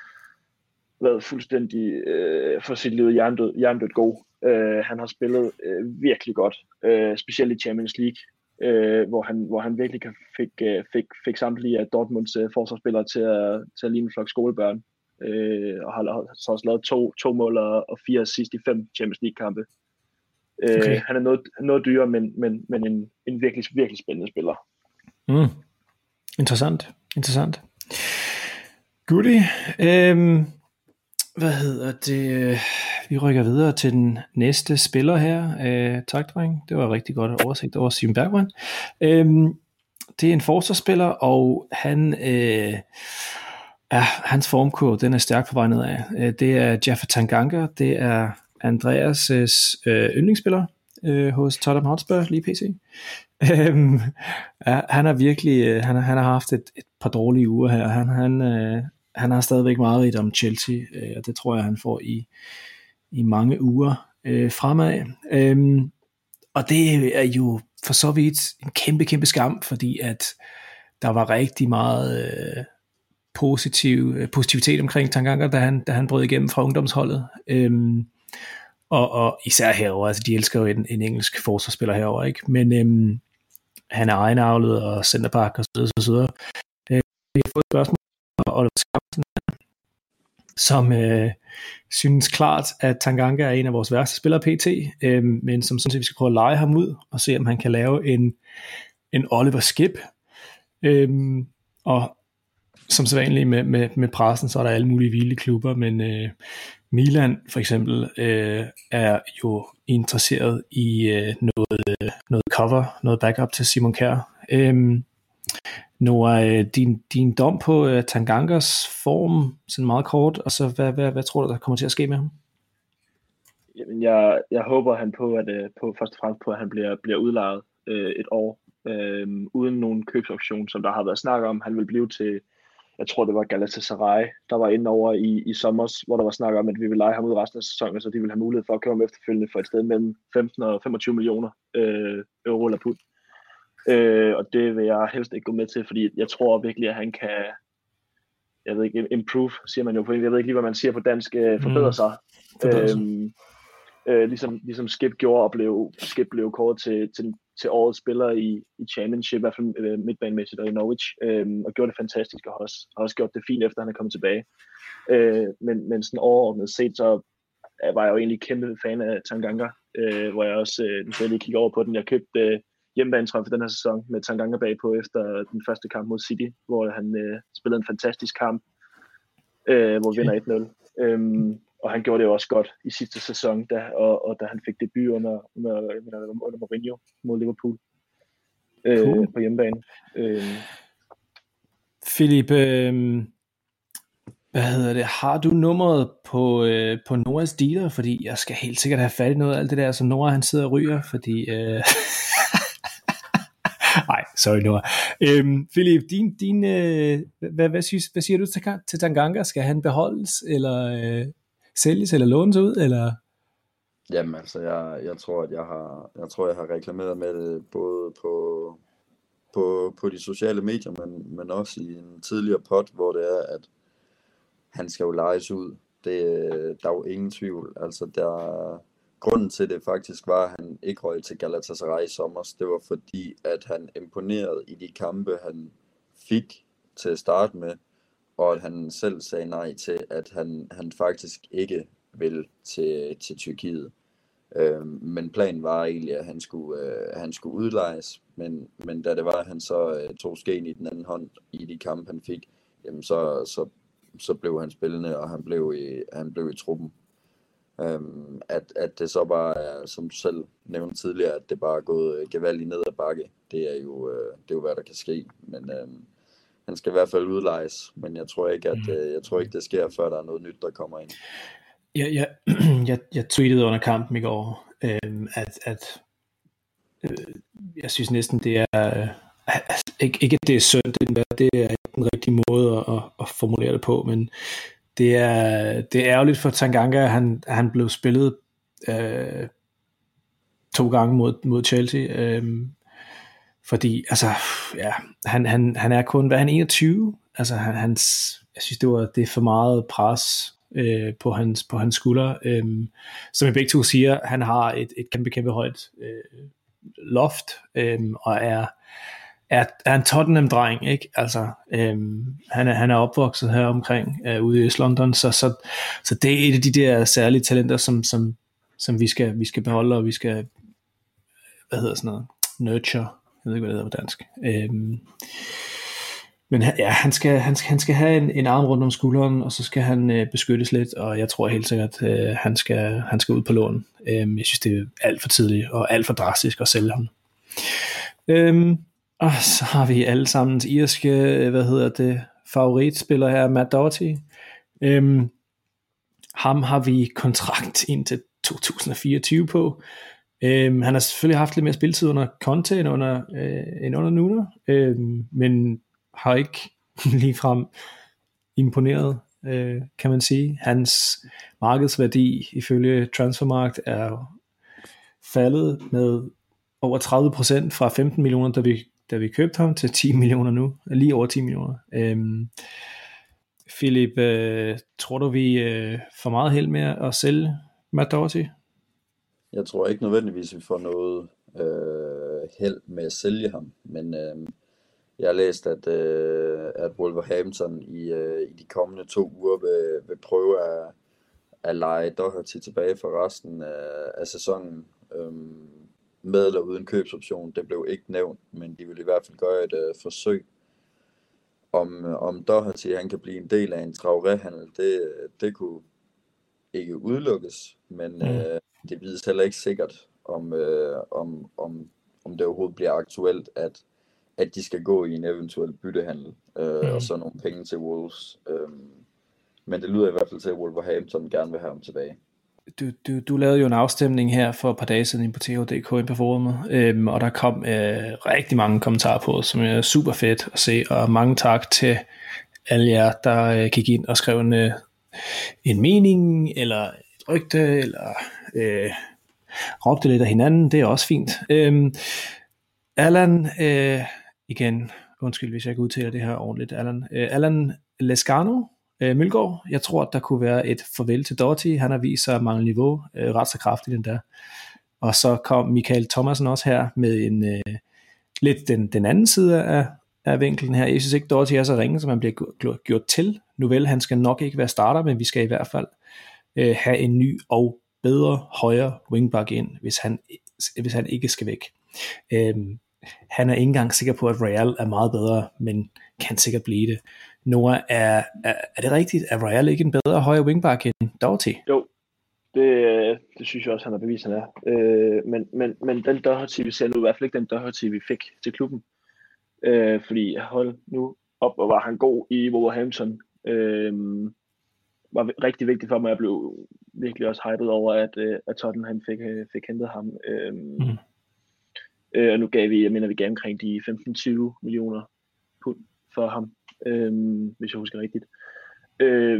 været fuldstændig øh, for sit liv jerndød, jerndød god. Øh, han har spillet øh, virkelig godt, øh, specielt i Champions League, øh, hvor, han, hvor han virkelig fik, øh, fik, fik samtlige af Dortmunds øh, forsvarsspillere til at, til at ligne en flok skolebørn, øh, og har så også lavet to, to mål og fire assist i fem Champions League-kampe. Øh, okay. Han er noget, noget dyrere, men, men, men en, en virkelig, virkelig spændende spiller. Mm. Interessant, interessant. Goodie. Øhm, hvad hedder det? Vi rykker videre til den næste spiller her. Øh, tak, dreng. Det var rigtig godt oversigt over Steven Bergwijn. Øhm, det er en forsvarsspiller, og han, øh, ja, hans formkurve, den er stærkt på vej nedad. Øh, det er Jaffa Tanganga. Det er Andreas' øh, yndlingsspiller øh, hos Tottenham Hotspur, lige pt. Øhm, ja, han har virkelig, øh, han, han har haft et, et par dårlige uger her. Han, han, øh, han har stadigvæk meget rigt om Chelsea, øh, og det tror jeg, han får i, i mange uger øh, fremad. Øhm, og det er jo for så vidt en kæmpe, kæmpe skam, fordi at der var rigtig meget øh, positiv, øh, positivitet omkring Tanganga, da han, da han brød igennem fra ungdomsholdet. Øhm, og, og især herover, altså de elsker jo en, en engelsk forsvarsspiller herover, ikke? Men øhm, han er egenavlet og centerback og så videre, så videre. Øh, vi har fået et spørgsmål fra Oliver Skamsen, som øh, synes klart, at Tanganga er en af vores værste spillere pt, øh, men som synes, at vi skal prøve at lege ham ud og se, om han kan lave en, en Oliver Skip. Øh, og som sædvanligt med, med, med pressen, så er der alle mulige vilde klubber, men øh, Milan for eksempel øh, er jo interesseret i øh, noget, øh, noget cover, noget backup til Simon Kjær. Øh, Noah, din, din dom på uh, Tangangas form, sådan meget kort, og så hvad, hvad, hvad tror du, der kommer til at ske med ham? Jamen, jeg, jeg håber han på, at uh, på, først og fremmest på, at han bliver, bliver udlejet uh, et år, uh, uden nogen købsoption, som der har været snak om. Han vil blive til, jeg tror det var Galatasaray, der var inde over i, i sommer, hvor der var snak om, at vi vil lege ham ud resten af sæsonen, så de vil have mulighed for at købe ham efterfølgende for et sted mellem femten og femogtyve millioner uh, euro eller pund. Øh, og det vil jeg helst ikke gå med til, fordi jeg tror virkelig, at han kan, jeg ved ikke, improve, siger man jo på, jeg ved ikke lige, hvad man siger på dansk, øh, forbedre sig. Mm. Øhm, øh, ligesom, ligesom Skip gjorde, og blev, Skip blev kåret til, til, til årets spiller i, i Championship, i hvert fald øh, midtbanemæssigt og i Norwich, øh, og gjorde det fantastisk, og har også, har også gjort det fint, efter han er kommet tilbage. Øh, men, men sådan overordnet set, så var jeg jo egentlig kæmpe fan af Tanganga, øh, hvor jeg også, øh, nu skal jeg lige kigge over på den, jeg købte øh, hjemmebanetrøje for den her sæson med Tanganga bagpå efter den første kamp mod City, hvor han øh, spillede en fantastisk kamp, øh, hvor vi vinder et nul. Øhm, og han gjorde det jo også godt i sidste sæson, da, og, og da han fik debut under, under, under Mourinho mod Liverpool øh, cool. på hjemmebane. Øh. Philip, øh, hvad hedder det? Har du nummeret på, øh, på Noahs dealer? Fordi jeg skal helt sikkert have fat i noget af alt det der, som Noah han sidder og ryger, fordi... Øh Nej, sorry Noah. Øhm, Philip, din, din, øh, hvad, hvad, synes, hvad siger du til, til Tanganga? Skal han beholdes, eller øh, sælges, eller lånes ud, eller? Jamen altså, jeg, jeg tror, at jeg har, jeg tror, jeg har reklameret med det både på, på, på de sociale medier, men, men også i en tidligere pod, hvor det er, at han skal jo lejes ud. Det, der er jo ingen tvivl. Altså, der grunden til det faktisk var, at han ikke røg til Galatasaray i sommer. Det var fordi, at han imponerede i de kampe, han fik til at starte med, og at han selv sagde nej til, at han, han faktisk ikke vil til, til Tyrkiet. Øhm, men planen var egentlig, at han skulle, øh, han skulle udlejes, men, men da det var, at han så øh, tog skeen i den anden hånd i de kampe, han fik, jamen så, så, så blev han spillende, og han blev i, han blev i truppen. Um, at, at det så bare er, som du selv nævnte tidligere, at det bare er gået gevaldigt ned ad bakke, det er jo, uh, det er jo hvad der kan ske, men um, han skal i hvert fald udlejes, men jeg tror ikke, at øh, jeg tror ikke, det sker, før der er noget nyt, der kommer ind. Ja, ja, jeg, jeg tweetede under kampen i går, øh, at, at øh, jeg synes næsten, det er øh, ikke, ikke at det er synd, det er den rigtige måde at, at formulere det på, men det er, det er ærgerligt for Tanganga, at han, han blev spillet øh, to gange mod, mod Chelsea, øh, fordi altså, ja, han, han, han er kun, hvad er han, enogtyve? Altså, han, hans, jeg synes, det var det er for meget pres øh, på, hans, på hans skuldre. Øh, som I begge to siger, han har et, et kæmpe, kæmpe højt øh, loft, øh, og er, er, er en Tottenham-dreng, ikke? Altså, øh, han, er, han er opvokset her omkring, øh, ude i Øst London, så, så, så det er et af de der særlige talenter, som, som, som vi, skal, vi skal beholde, og vi skal, hvad hedder sådan noget, nurture. Jeg ved ikke, hvad det hedder på dansk. Øhm, men ja, han skal, han skal, han skal have en, en arm rundt om skulderen, og så skal han øh, beskyttes lidt, og jeg tror helt sikkert, at øh, han, skal, han skal ud på lån. Øhm, jeg synes, det er alt for tidligt, og alt for drastisk at sælge ham. Øhm, og så har vi alle sammen irske, hvad hedder det, favoritspiller her, Matt Doherty. Øhm, ham har vi kontrakt indtil to tusind og fireogtyve på. Øhm, han har selvfølgelig haft lidt mere spilletid under Conte end under, øh, end under Nuno, øhm, men har ikke ligefrem imponeret, øh, kan man sige. Hans markedsværdi ifølge Transfermarkt er faldet med over tredive procent fra femten millioner, da vi, da vi købte ham, til ti millioner nu, lige over ti millioner. Øhm, Philip, øh, tror du vi øh, får meget held med at sælge Matt Doherty? Jeg tror ikke nødvendigvis, vi får noget øh, held med at sælge ham, men øh, jeg har læst, at, øh, at Wolverhampton i, øh, i de kommende to uger vil, vil prøve at, at lege Doherty tilbage for resten af, af sæsonen, øh, med eller uden købsoption. Det blev ikke nævnt, men de vil i hvert fald gøre et øh, forsøg. Om, om Doherty han kan blive en del af en Traoré-handel, det, det kunne ikke udelukkes, men mm. øh, det vides heller ikke sikkert, om, øh, om, om, om det overhovedet bliver aktuelt, at, at de skal gå i en eventuel byttehandel, øh, mm. og så nogle penge til Wolves. Øh, men det lyder i hvert fald til, at Wolverhampton gerne vil have ham tilbage. Du, du, du lavede jo en afstemning her for et par dage siden på T H punktum D K ind på forumet, øhm, og der kom øh, rigtig mange kommentarer på, som er super fedt at se, og mange tak til alle jer, der øh, gik ind og skrev en, øh, en mening, eller et rygte, eller øh, råbte lidt af hinanden. Det er også fint. Øhm, Allan, øh, igen, undskyld hvis jeg ikke udtaler det her ordentligt, Allan, øh, Allan Lescano, øh, Mølgaard, jeg tror at der kunne være et farvel til Doherty. Han har vist sig at mangle niveau, øh, ret så kraftigt den der. Og så kom Michael Thomasen også her med en øh, lidt den, den anden side af, af vinklen her. Jeg synes ikke Doherty er så ringe, som han bliver gjort til. Nu vel, han skal nok ikke være starter, men vi skal i hvert fald øh, have en ny og bedre højre wingback ind, hvis han, hvis han ikke skal væk. Øhm, han er ikke engang sikker på, at Real er meget bedre, men kan sikkert blive det. Noah, er, er, er det rigtigt? Er Real ikke en bedre højre wingback end Doherty? Jo, det, det synes jeg også, han har bevist, han er. Øh, men, men, men den Doherty, vi ser nu, i hvert fald ikke den Doherty, vi fik til klubben. Øh, fordi hold nu op, og var han god i Wolverhampton. Øh, var rigtig vigtigt for mig. Jeg blev virkelig også hyped over, at, at Tottenham fik, fik hentet ham. Øh, mm. øh, og nu gav vi, jeg mener, vi gav omkring de femten til tyve millioner pund for ham, øh, hvis jeg husker rigtigt. Øh,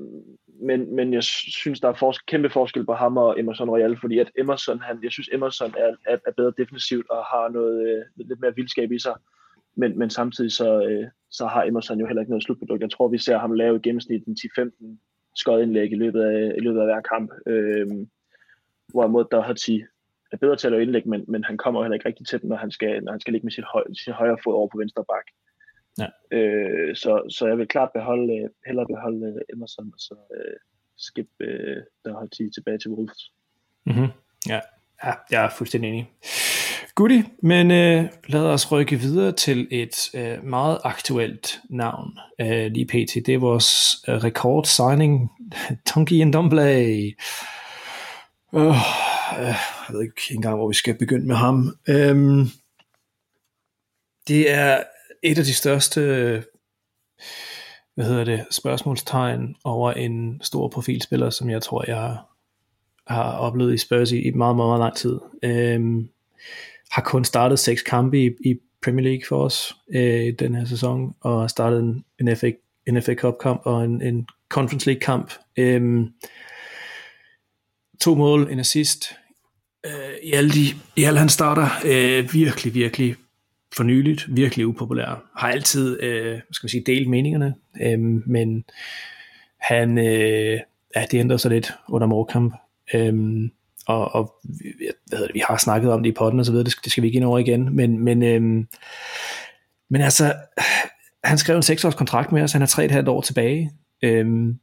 men, men jeg synes, der er fors- kæmpe forskel på ham og Emerson Royal, fordi at Emerson, han, jeg synes, Emerson er, er, er bedre defensivt og har noget øh, lidt mere vildskab i sig. Men, men samtidig så, øh, så har Emerson jo heller ikke noget slutprodukt. Jeg tror, vi ser ham lave i gennemsnit ti til femten skodindlæg i løbet af, i løbet af hver kamp. Øh, hvorimod Doherty er bedre til at lave indlæg, men, men han kommer heller ikke rigtig til den, når han skal, når han skal ligge med sit, høj, sit højre fod over på venstre bak. Ja. Øh, så, så jeg vil klart beholde, hellere beholde Emerson, og så øh, skip øh, Doherty tilbage til Wolves. Mm-hmm. Ja. ja, jeg er fuldstændig enig. Goodie, men øh, lad os rykke videre til et øh, meget aktuelt navn øh, lige pt. Det er vores øh, rekordsigning, Tanguy Ndombele. Øh, øh, jeg ved ikke engang, hvor vi skal begynde med ham. Øh, det er et af de største hvad hedder det, spørgsmålstegn over en stor profilspiller, som jeg tror, jeg har oplevet i Spurs i, i meget, meget, meget lang tid. Øhm, har kun startet seks kampe i, i Premier League for os øh, den her sæson, og har startet en, en, F A, en F A Cup kamp og en, en Conference League kamp. Øhm, to mål, en assist, øh, i alle de, i alle han starter, øh, virkelig, virkelig fornyeligt, virkelig upopulær. Har altid, øh, skal man sige, delt meningerne, øh, men han, øh, ja, det ændrer sig lidt under Morecambe. Øhm, og, og hvad hedder det, vi har snakket om det i podden og så videre, det skal, det skal vi ikke ind over igen, men, men, øhm, men altså, han skrev en seks års kontrakt med os, han har tre og et halvt år tilbage. Øhm,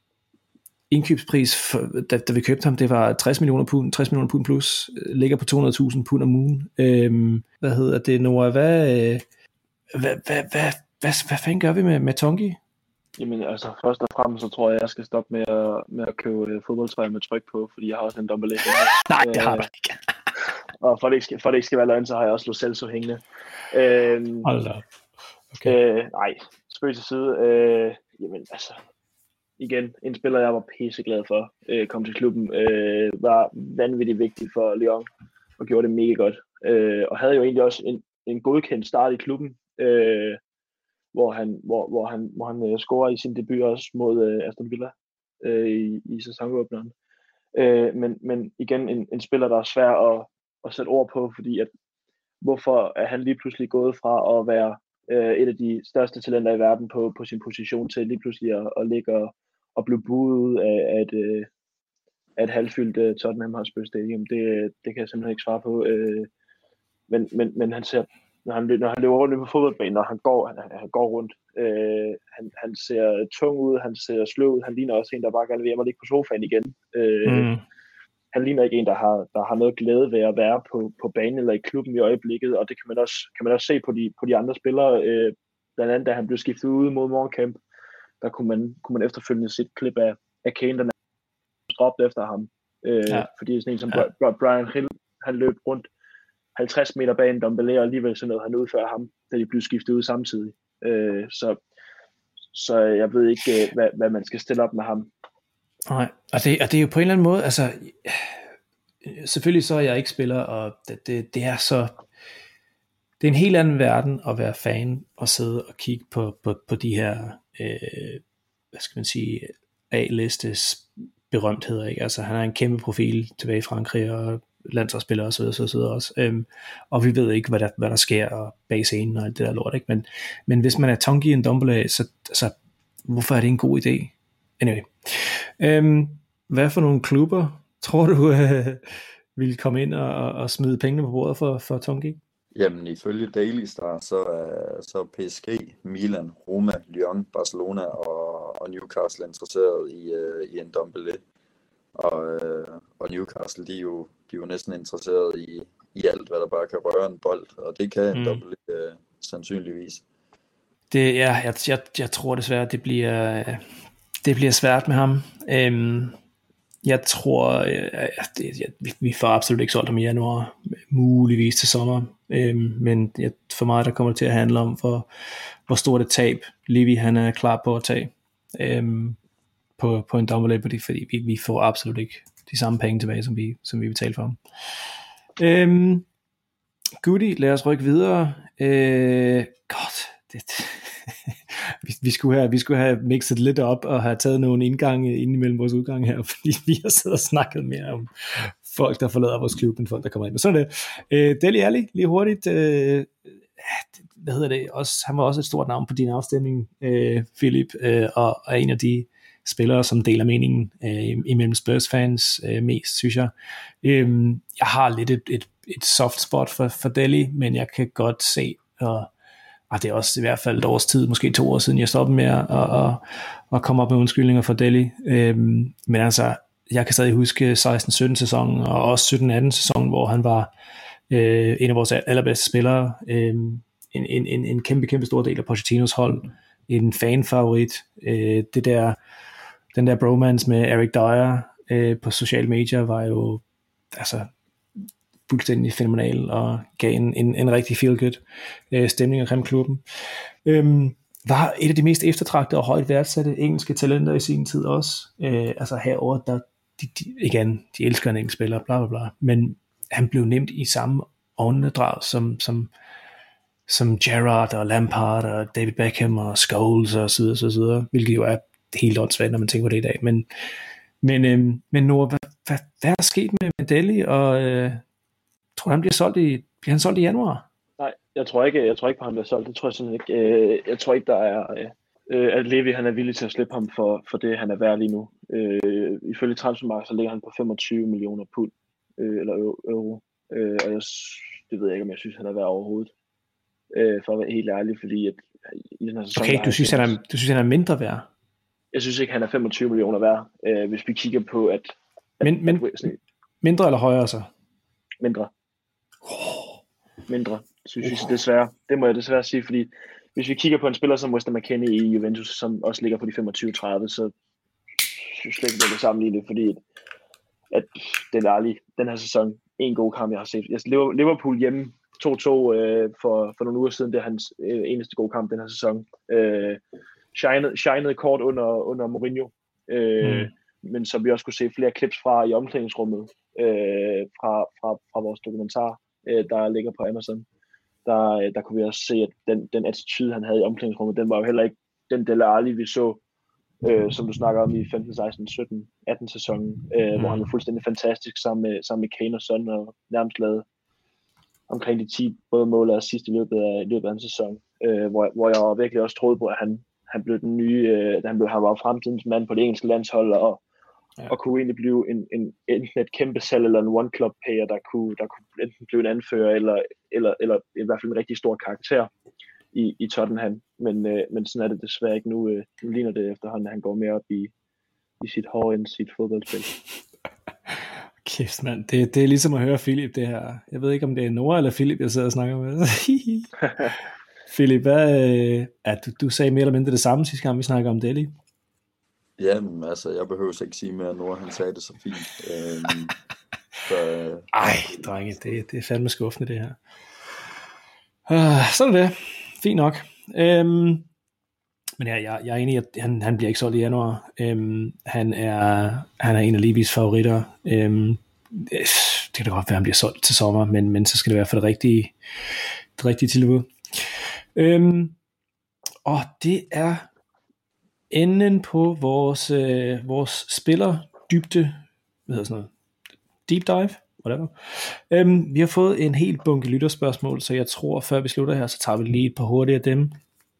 indkøbspris, for, da, da vi købte ham, det var tres millioner pund, tres millioner pund plus, ligger på to hundrede tusind pund om ugen. Øhm, hvad hedder det, Noah, hvad, øh, hvad, hvad, hvad, hvad, hvad, hvad fanden gør vi med, med Tongi? Jamen altså, først og fremmest så tror jeg, jeg skal stoppe med at, med at købe uh, fodboldtrøjer med tryk på, fordi jeg har også en Dombele. Nej, det har du ikke. Og for det, ikke skal, for det ikke skal være løgn, så har jeg også Lo Celso hængende. Øhm, Hold da. Okay. Øh, nej, spøg til side. Øh, jamen altså, igen, en spiller, jeg var pisseglad for, øh, kom til klubben, øh, var vanvittigt vigtig for Lyon, og gjorde det mega godt. Øh, og havde jo egentlig også en, en godkendt start i klubben, øh, hvor han, hvor, hvor han, hvor han øh, scorer i sin debut også mod øh, Aston Villa øh, i, i sæsonåbneren. Øh, men, men igen, en, en spiller, der er svær at, at sætte ord på, fordi at, hvorfor er han lige pludselig gået fra at være øh, et af de største talenter i verden på, på sin position til lige pludselig at, at ligge og, og blive buet ud af, af et, øh, af et halvfyldt uh, Tottenham Hotspur Stadium. Det, det kan jeg simpelthen ikke svare på. Øh, men, men, men han ser, når han, når han løber rundt på fodboldbanen, når han går, han, han går rundt, øh, han, han ser tung ud, han ser sløv ud, han ligner også en, der bare gerne vil hjem og ligge på sofaen igen. Øh, mm. Han ligner ikke en, der har, der har noget glæde ved at være på, på banen eller i klubben i øjeblikket, og det kan man også, kan man også se på de, på de andre spillere. Øh, blandt andet, da han blev skiftet ud mod Morecambe, der kunne man, kunne man efterfølgende se et klip af, af Kane, der droppede efter ham. Øh, ja. Fordi sådan en som ja. Brian Hill, han løb rundt halvtreds meter bag en Dombele, og alligevel så nåede han ud før ham, da de blev skiftet ud samtidig. Øh, så, så jeg ved ikke, hvad, hvad man skal stille op med ham. Nej, og det, og det er jo på en eller anden måde, altså, selvfølgelig så er jeg ikke spiller, og det, det, det er så, det er en helt anden verden at være fan, og sidde og kigge på, på, på de her, øh, hvad skal man sige, A-listes berømtheder, ikke? Altså han er en kæmpe profil tilbage i Frankrig, og landsholdsspiller og så videre, så videre også. Øhm, og vi ved ikke, hvad der, hvad der sker og bag scenen og alt det der lort, ikke? Men, men hvis man er Tongi en Ndombele, så, så hvorfor er det en god idé? Anyway. Øhm, hvad for nogle klubber tror du øh, ville komme ind og, og, og smide pengene på bordet for, for Tongi? Jamen ifølge Daily Star, så er, så er P S G, Milan, Roma, Lyon, Barcelona og, og Newcastle interesseret i, uh, i en Ndombele. Og, uh, og Newcastle, de er, jo, de er jo næsten interesseret i, i alt, hvad der bare kan røre en bold, og det kan en Ndombele uh, sandsynligvis. Det, ja, jeg, jeg, jeg tror desværre, det bliver, det bliver svært med ham. Øhm, jeg tror, øh, det, jeg, vi får absolut ikke solgt ham i januar, muligvis til sommer. Øhm, men jeg, for mig der kommer det til at handle om, hvor, hvor stort et tab Levy han er klar på at tage øhm, på, på en Ndombele, fordi vi, vi får absolut ikke de samme penge tilbage, som vi, som vi betaler for ham. Øhm, Goody, lad os rykke videre. Øh, godt, det, vi, vi, skulle have, vi skulle have mixet lidt op og have taget nogle indgange ind imellem vores udgang her, fordi vi har siddet og snakket mere om folk, der forlader vores klub, end folk, der kommer ind. Men sådan er det. Øh, Dele Alli, lige hurtigt. Øh, hvad hedder det? Også, han var også et stort navn på din afstemning, øh, Philip, øh, og er en af de spillere, som deler meningen øh, imellem Spurs-fans øh, mest, synes jeg. Øh, jeg har lidt et, et, et soft spot for, for Dele, men jeg kan godt se, og og det er også i hvert fald et års tid, måske to år siden, jeg stoppede med at, at, at, at komme op med undskyldninger for Dele. Øhm, men altså, jeg kan stadig huske seksten sytten sæsonen, og også sytten atten sæsonen, hvor han var øh, en af vores allerbedste spillere. Øh, en, en, en, en kæmpe, kæmpe stor del af Pochettinos hold. En fanfavorit. Øh, det der, den der bromance med Eric Dyer øh, på sociale medier var jo, altså, fuldstændig fænomenal og gav en, en, en rigtig feel-good øh, stemning omkring klubben. Øhm, var et af de mest eftertragtede og højt værdsatte engelske talenter i sin tid også. Øh, altså herover der de, de, igen, de elsker en engelsk spiller, bla bla bla, men han blev nemt i samme åndedrag som, som, som Gerrard og Lampard og David Beckham og Scholes og så videre, så videre, hvilket jo er helt åndssvagt, når man tænker på det i dag. Men, men, øh, men Noah, hvad, hvad, hvad er sket med, med Dele, og øh, tror han bliver solgt i, bliver han solgt i januar? Nej, jeg tror ikke, jeg tror ikke på, han bliver solgt. Det tror jeg sådan ikke. Øh, jeg tror ikke, der er, øh, at Levy han er villig til at slippe ham for, for det, han er værd lige nu. Øh, ifølge Transfermarkt, så ligger han på femogtyve millioner pund, øh, eller euro. Øh, og jeg, det ved jeg ikke, om jeg synes, han er værd overhovedet. Øh, for at være helt ærlig, fordi at i den her sæson... Okay, du synes, han er, du synes, han er mindre værd? Jeg synes ikke, han er femogtyve millioner værd, øh, hvis vi kigger på, at... at men, men, at, sådan, mindre eller højere så? Mindre. Mindre, synes jeg desværre. Det må jeg desværre sige, fordi hvis vi kigger på en spiller som Weston McKennie i Juventus, som også ligger på de femogtyve tredive, så synes jeg ikke, det er sammenlignet, fordi at, at den er ærlig, den her sæson, en god kamp, jeg har set. Jeg, Liverpool hjemme to to øh, for, for nogle uger siden, det er hans øh, eneste gode kamp den her sæson. Øh, shinede, shinede kort under, under Mourinho, øh, mm. men som vi også kunne se flere clips fra i omklædningsrummet, øh, fra, fra, fra vores dokumentar, øh, der ligger på Amazon. Der, der kunne vi også se, at den, den attitude, han havde i omklædningsrummet, den var jo heller ikke den Dele Alli, vi så, øh, som du snakker om i femten, seksten, sytten, atten sæsonen, øh, mm. hvor han var fuldstændig fantastisk sammen med, sammen med Kane og Son, og nærmest lavede omkring de ti både mål og assist i løbet af, i løbet af en sæson, øh, hvor, hvor jeg virkelig også troede på, at han, han blev den nye, øh, han, blev, han var fremtidens mand på det engelske landshold, og, ja. og kunne egentlig blive en, en, enten et kæmpe salg eller en one-club player, der kunne, der kunne enten blive en anfører, eller, eller, eller i hvert fald en rigtig stor karakter i, i Tottenham. Men, øh, men sådan er det desværre ikke nu. Øh, nu ligner det efterhånden, at han går mere op i, i sit hår end sit fodboldspil. Kæft, mand. Det, det er ligesom at høre Philip, det her. Jeg ved ikke, om det er Nora eller Philip, jeg sidder og snakker med. Philip, hvad, ja, du, du sagde mere eller mindre det samme sidste gang, vi snakker om Dele. Jamen, altså, jeg behøver ikke sige mere, Nora, han sagde det så fint. Øhm, så, Ej, drenge, det, det er fandme skuffende, det her. Uh, sådan er det. Fint nok. Um, men ja, jeg, jeg er enig i, at han, han bliver ikke solgt i januar. Um, han, er, han er en af Levis favoritter. Um, det kan da godt være, han bliver solgt til sommer, men, men så skal det være for det rigtige, det rigtige tilbud. Um, og det er enden på vores, øh, vores spillerdybde, hvad hedder sådan noget, deep dive, whatever. Um, vi har fået en helt bunke lytterspørgsmål, så jeg tror, før vi slutter her, så tager vi lige et par hurtige af dem.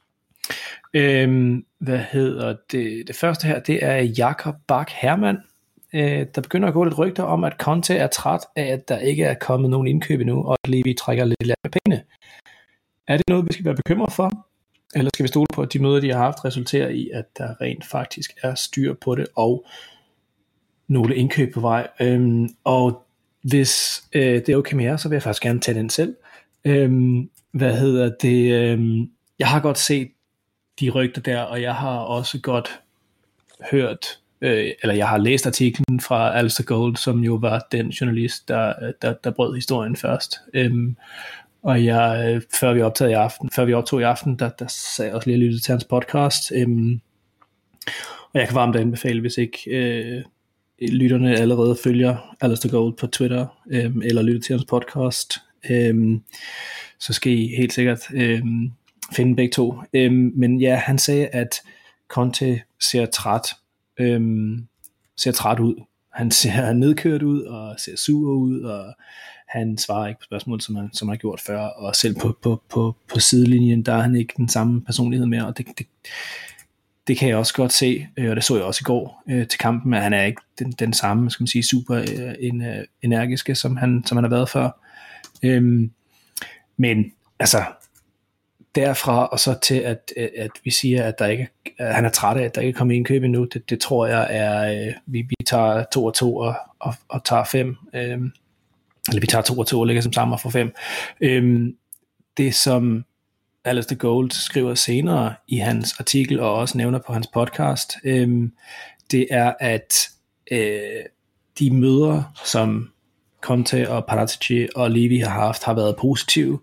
Um, hvad hedder det? Det første her, det er Jakob Bak Hermann. Uh, der begynder at gå lidt rygter om, at Conte er træt af, at der ikke er kommet nogen indkøb endnu, og at Levy trækker lidt land med pengene. Er det noget, vi skal være bekymret for? Eller skal vi stole på, at de møder, de har haft, resulterer i, at der rent faktisk er styr på det, og nogle indkøb på vej? Øhm, og hvis øh, det er okay med jer, så vil jeg faktisk gerne tage den selv. Øhm, hvad hedder det? Øhm, jeg har godt set de rygter der, og jeg har også godt hørt, øh, eller jeg har læst artiklen fra Alistair Gold, som jo var den journalist, der, der, der brød historien først. Øhm, Og jeg, før vi optog i aften, før vi optog i aften, der, der sagde jeg også lige at lytte til hans podcast. Øhm, og jeg kan varmt anbefale, hvis ikke øh, lytterne allerede følger Alistair Gold på Twitter, øh, eller lytter til hans podcast, øh, så skal I helt sikkert øh, finde begge to. Øh, men ja, han sagde, at Conte ser træt, øh, ser træt ud. Han ser nedkørt ud, og ser sur ud, og han svarer ikke på spørgsmål, som han, som han har gjort før, og selv på, på, på, på sidelinjen, der er han ikke den samme personlighed mere, og det, det, det kan jeg også godt se, og det så jeg også i går øh, til kampen, at han er ikke den, den samme, skal man sige, super øh, en, øh, energiske, som han, som han har været før. Øhm, men altså, derfra og så til, at, at vi siger, at, der ikke, at han er træt af, at der ikke er kommet en køb endnu, det, det tror jeg er, øh, vi, vi tager to og to og, og, og tager fem, øh, eller vi tager to og to og lægger som sammen og får fem. Øhm, det som Alistair Gold skriver senere i hans artikel, og også nævner på hans podcast, øhm, det er, at øh, de møder, som Conte og Paratici og Levy har haft, har været positive.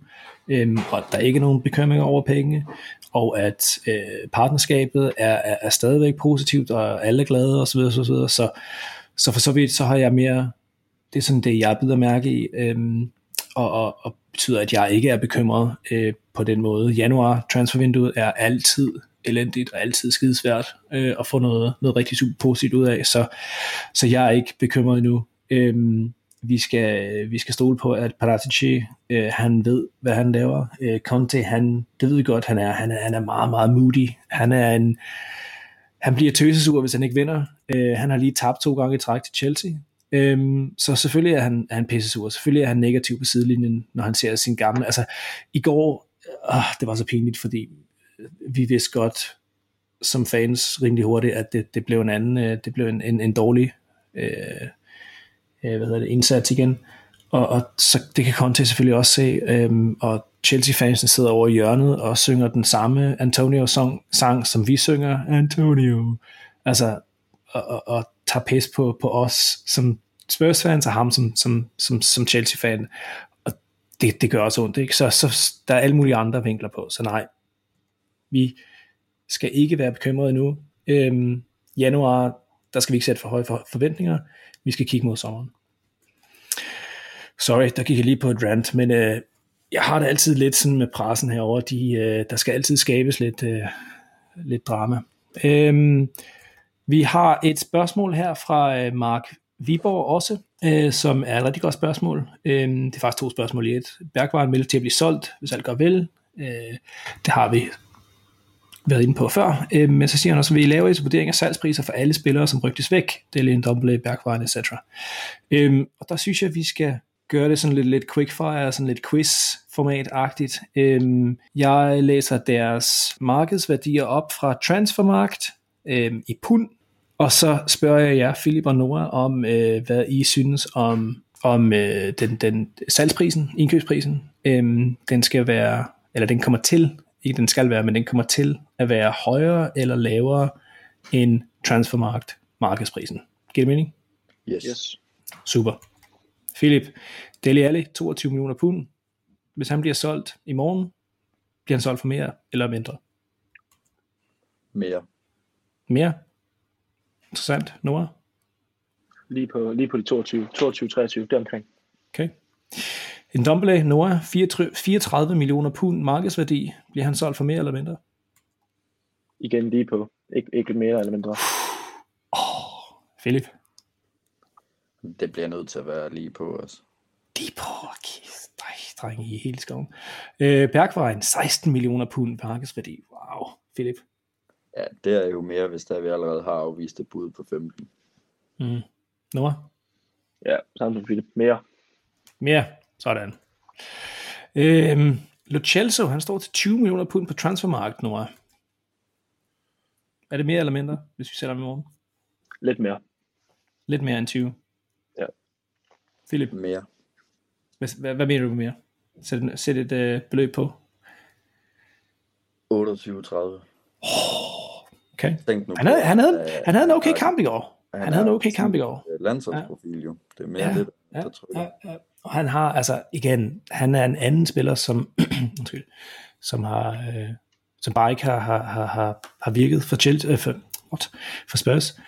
øhm, og der er ikke nogen bekymringer over penge, og at øh, partnerskabet er, er, er stadigvæk positivt, og alle er glade osv. Så, så, så, så for så vidt, så har jeg mere, det er sådan det, jeg bider mærke i, øhm, og, og, og betyder, at jeg ikke er bekymret øh, på den måde. Januar transfervinduet er altid elendigt og altid skidesvært øh, at få noget, noget rigtig super positivt ud af, så, så jeg er ikke bekymret endnu. Øhm, vi, skal, vi skal stole på, at Paratici, øh, han ved, hvad han laver. Øh, Conte, han, det ved vi godt, han er, han er, han er meget, meget moody. Han er en, han bliver tøsesur, hvis han ikke vinder. Øh, han har lige tabt to gange i træk til Chelsea. Øhm, så selvfølgelig er han, er han pissesur. Selvfølgelig er han negativ på sidelinjen, når han ser sin gamle. Altså, i går, øh, det var så pinligt, fordi vi vidste godt, som fans rimelig hurtigt, at det, det blev en anden, øh, det blev en, en, en dårlig øh, øh, hvad hedder det, indsats igen. Og, og så det kan Conte selvfølgelig også se. Øhm, og Chelsea-fansen sidder over i hjørnet og synger den samme Antonio-sang, sang, som vi synger. Antonio. Altså, og, og, og tager pis på, på os som Spurs-fans og ham som, som, som, som Chelsea-fan. Og det, det gør også ondt, ikke? Så, så der er alle mulige andre vinkler på. Så nej, vi skal ikke være bekymrede nu. Øhm, januar, der skal vi ikke sætte for høje for, forventninger. Vi skal kigge mod sommeren. Sorry, der gik jeg lige på et rant, men øh, jeg har det altid lidt sådan med pressen herovre. De, øh, der skal altid skabes lidt, øh, lidt drama. Øhm, vi har et spørgsmål her fra øh, Mark Viborg også, øh, som er et rigtig godt spørgsmål. Øh, det er faktisk to spørgsmål i et. Bergwijn melder til at blive solgt, hvis alt går vel. Øh, det har vi været inde på før, øh, men så siger han også, at vi laver et vurdering af salgspriser for alle spillere, som rygtes væk. Dele, Ndombele, Bergwijn, et cetera. Øh, og der synes jeg, at vi skal gøre det sådan lidt, lidt quickfire, sådan lidt quiz-format-agtigt. Øhm, jeg læser deres markedsværdier op fra Transfermarkt øhm, i pund, og så spørger jeg jer, Philip og Noah, om øh, hvad I synes om, om øh, den, den salgsprisen, indkøbsprisen. Øhm, den skal være, eller den kommer til, ikke den skal være, men den kommer til at være højere eller lavere end Transfermarkt markedsprisen. Giver det mening? Yes. Yes. Super. Philip, Dele Alli, toogtyve millioner pund. Hvis han bliver solgt i morgen, bliver han solgt for mere eller mindre? Mere. Mere? Interessant. Noah? Lige på, lige på de toogtyve, toogtyve treogtyve, deromkring. Okay. Ndombele, Noah, fireogtredive millioner pund markedsværdi. Bliver han solgt for mere eller mindre? Igen lige på. Ik- ikke mere eller mindre. Oh, Philip? Det bliver nødt til at være lige på os. Lige på, okay. Nej, dreng, I er helt skoven. Øh, Bergwijn, seksten millioner pund markedsværdi. Wow, Philip? Ja, det er jo mere, hvis der vi allerede har afvist et bud på femten. Mm. Noah? Ja, samme som Philip. Mere. Mere. Sådan. Øhm, Lo Celso, han står til tyve millioner pund på Transfermarkt, Noah. Er det mere eller mindre, hvis vi sætter ham i morgen? Lidt mere. Lidt mere end tyve. Ja. Philip? Mere. Hvad, hvad, hvad mener du med mere? Sæt, sæt et øh, beløb på. otteogtyve tredive. Okay. Tænk nu Han havde, på, han, havde, at- han havde en okay at- kamp i går. Han, han er havde en okay sin, kamp i går. øh, Landsholdsprofil jo. Det er mere Ja, det, ja, der trykker. ja, ja. Og han har, altså igen, han er en anden spiller, som, undskyld, som har, øh, som bare ikke har, har, har, har, har virket for, Chelsea, øh, for, what? for Spurs.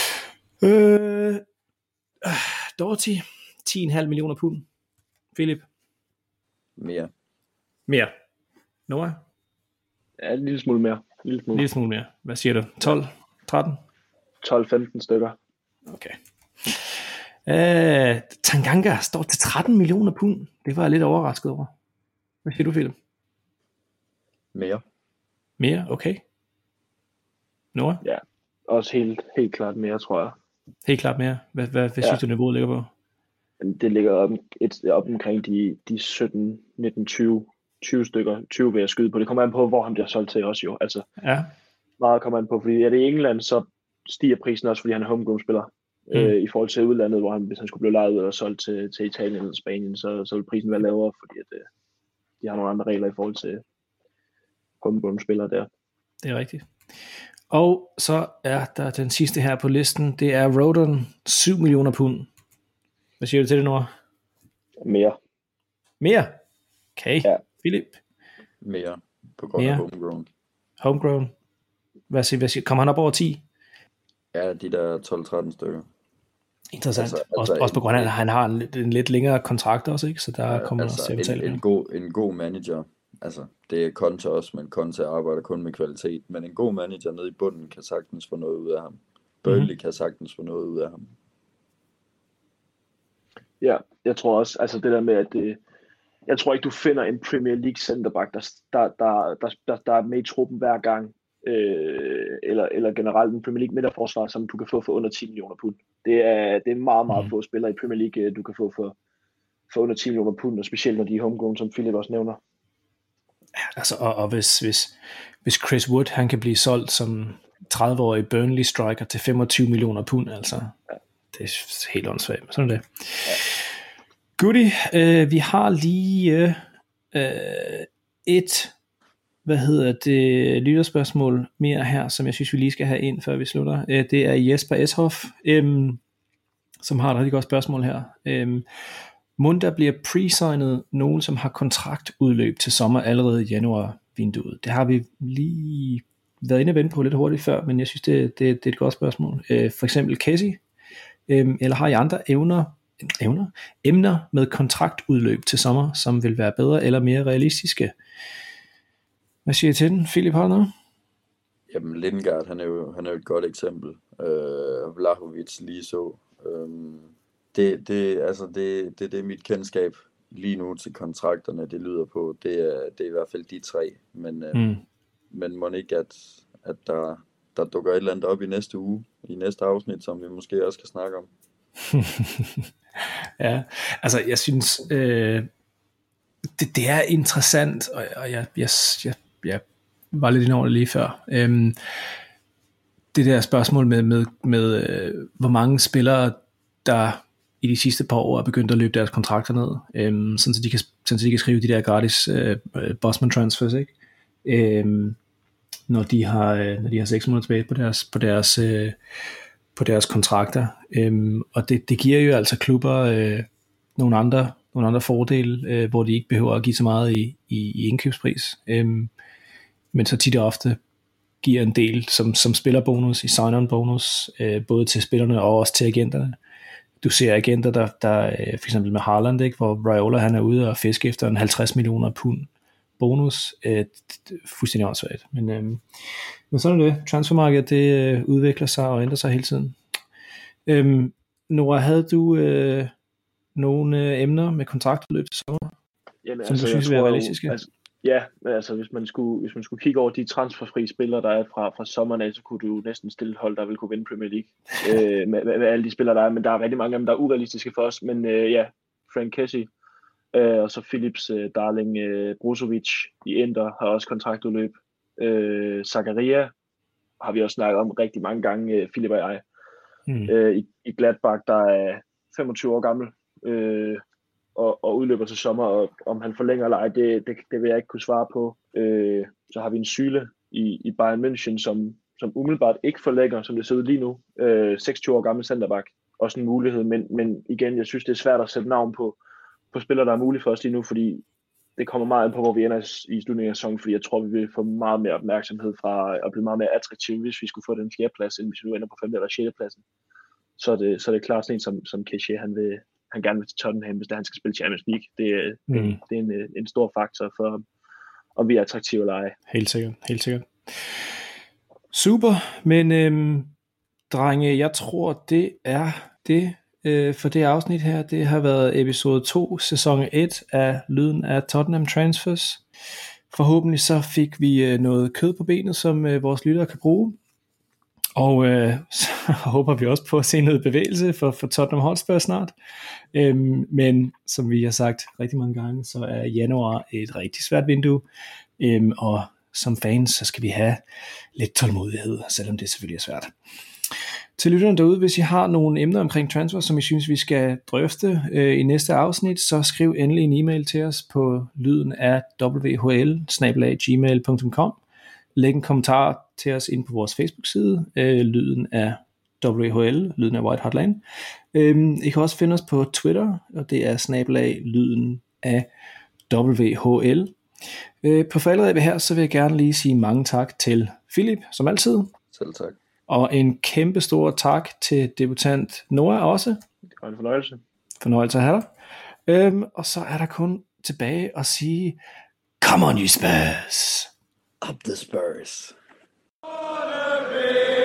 Øh, øh, Doherty, ti komma fem millioner pund. Philip? Mere. Mere. Noah? Ja, en lille smule mere. En lille En smule. lille smule mere. Hvad siger du? tolv? tretten? tolv femten stykker. Okay. Øh, Tanganga står til tretten millioner pund. Det var jeg lidt overrasket over. Hvad siger du, Philip? Mere. Mere? Okay. Noah? Ja, også helt, helt klart mere, tror jeg. Helt klart mere. Hvad, hvad, hvad Ja. synes du, niveauet ligger på? Men det ligger op, et, op omkring de, de sytten, nitten, tyve, tyve stykker. tyve vil jeg skyde på. Det kommer an på, hvor han bliver solgt til også jo. Altså, Ja. meget kommer an på, fordi er det i England, så stiger prisen også, fordi han er homegrown-spiller. Mm. Øh, I forhold til udlandet, hvor han, hvis han skulle blive lejet ud og solgt til, til Italien eller Spanien, så, så vil prisen være lavere, fordi at, øh, de har nogle andre regler i forhold til homegrown-spillere der. Det er rigtigt. Og så er der den sidste her på listen. Det er Rodon, syv millioner pund. Hvad siger du til det, Noah? Mere. Mere? Okay. Ja. Philip? Mere, på grund af homegrown. Homegrown. Hvad siger, hvad siger, kommer han op over ti? Ja, de der tolv tretten stykker. Interessant. Altså, også, altså også på grund af, at han har en, en lidt længere kontrakt også, ikke? Så der ja, kommer altså også til at en, en, god, en god manager, altså det er Conte også, men Conte arbejder kun med kvalitet, men en god manager nede i bunden kan sagtens få noget ud af ham. Burnley mm-hmm. kan sagtens få noget ud af ham. Ja, jeg tror også, altså det der med, at det, jeg tror ikke, du finder en Premier League centerback, der, der, der, der, der, der er med i truppen hver gang, øh, eller, eller generelt en Premier League midterforsvar, som du kan få for under ti millioner pund. Det er, det er meget, meget mm. få spillere i Premier League, du kan få for, for under ti millioner pund, og specielt når de er homegrown, som Philip også nævner. Ja, altså, og, og hvis, hvis, hvis Chris Wood, han kan blive solgt som tredive-årig Burnley striker til femogtyve millioner pund, altså, ja. Det er helt åndssvagt, sådan er det. Ja. Goodie, øh, vi har lige øh, et, hvad hedder det, lytterspørgsmål mere her, som jeg synes, vi lige skal have ind, før vi slutter. Øh, det er Jesper Eshoff, øh, som har et rigtig godt spørgsmål her. Øh, Må der bliver pre-signet nogen, som har kontraktudløb til sommer allerede i januar-vinduet? Det har vi lige været inde og vende på lidt hurtigt før, men jeg synes, det, det, det er et godt spørgsmål. Øh, for eksempel Casey, øh, eller har I andre evner, evner, emner med kontraktudløb til sommer, som vil være bedre eller mere realistiske? Hvad siger I til den, Philip Holner? Jamen, Lingard, han er jo, han er jo et godt eksempel. Øh, Vlahovic lige så. Øh, det, det, altså det, det, det er mit kendskab lige nu til kontrakterne, det lyder på. Det er, det er i hvert fald de tre. Men, øh, mm. men må ikke, at, at der, der dukker et eller andet op i næste uge, i næste afsnit, som vi måske også skal snakke om. Ja, altså jeg synes, øh, det, det er interessant, og, og jeg, jeg, jeg, jeg var lidt inde over det lige før. Øhm, det der spørgsmål med, med, med øh, hvor mange spillere, der i de sidste par år er begyndt at løbe deres kontrakter ned, øhm, sådan, så de kan, sådan så de kan skrive de der gratis øh, Bosman transfers, ikke? Øhm, når de har øh, når de har seks måneder tilbage på deres på deres øh, på deres kontrakter, øhm, og det, det giver jo altså klubber øh, nogle andre nogle andre fordele, øh, hvor de ikke behøver at give så meget i, i, i indkøbspris, øhm, men så tit og ofte giver en del som, som spillerbonus, i sign-on bonus, øh, både til spillerne og også til agenterne. Du ser agenter, der, der for eksempel med Haaland, ikke, hvor Raiola han er ude og fiske efter en halvtreds millioner pund bonus. Øh, fuldstændig åndssvagt. Men, øh, men sådan er det. Transfermarkedet, det øh, udvikler sig og ændrer sig hele tiden. Øh, Nora, havde du øh, nogle øh, emner med kontraktudløb til sommer, Jamen, som altså, du synes er realistiske? Altså, ja, men altså hvis man skulle hvis man skulle kigge over de transferfri spillere, der er fra, fra sommeren af, så kunne du næsten stille et hold, der vil kunne vinde Premier League øh, med, med, med alle de spillere, der er. Men der er rigtig mange af dem, der er urealistiske for os. Men øh, ja, Frank Kessie, øh, og så Philips øh, darling øh, Brozovic i Inter har også kontraktudløb. Øh, Zakaria har vi også snakket om rigtig mange gange, øh, Philip og jeg. Mm. Øh, i, I Gladbach, der er femogtyve år gammel. Øh, Og, og udløber til sommer, og om han forlænger eller ej, det, det, det vil jeg ikke kunne svare på. Øh, så har vi en Syle i, i Bayern München, som, som umiddelbart ikke forlænger, som det ser ud lige nu. Øh, seksogtyve år gammel centerback, også en mulighed, men, men igen, jeg synes, det er svært at sætte navn på, på spillere, der er mulige for os lige nu, fordi det kommer meget an på, hvor vi ender i slutningen af sæsonen, fordi jeg tror, vi vil få meget mere opmærksomhed fra at blive meget mere attraktive, hvis vi skulle få den fjerde plads, end hvis vi nu ender på femte eller sjette pladsen. Så er det, så er det klart sådan en, som, som Kessie, han vil han gerne vil til Tottenham, hvis det, han skal spille Champions League. Det, mm. det, det er en, en stor faktor for, om vi er attraktive eller ej. Helt sikkert, helt sikkert. Super, men øhm, drenge, jeg tror, det er det øh, for det afsnit her. Det har været episode to, sæson et af Lyden af Tottenham Transfers. Forhåbentlig så fik vi øh, noget kød på benet, som øh, vores lyttere kan bruge. Og øh, så håber vi også på at se noget bevægelse for, for Tottenham Hotspur snart. Øhm, men som vi har sagt rigtig mange gange, så er januar et rigtig svært vindue. Øhm, og som fans, så skal vi have lidt tålmodighed, selvom det selvfølgelig er svært. Til lytterne derude, hvis I har nogle emner omkring transfer, som I synes, vi skal drøfte øh, i næste afsnit, så skriv endelig en e-mail til os på lyden af w h l bindestreg gmail punktum com. Læg en kommentar til os ind på vores Facebook-side, øh, lyden af W H L, lyden af White Hart Lane. Øhm, I kan også finde os på Twitter, og det er snabel-a lyden af W H L. Øh, på falderæbet her, så vil jeg gerne lige sige mange tak til Philip, som altid. Selv tak. Og en kæmpe stor tak til debutant Noah også. Det var en fornøjelse. Fornøjelse at have dig. Øhm, og så er der kun tilbage at sige, come on you Spurs! Up the Spurs!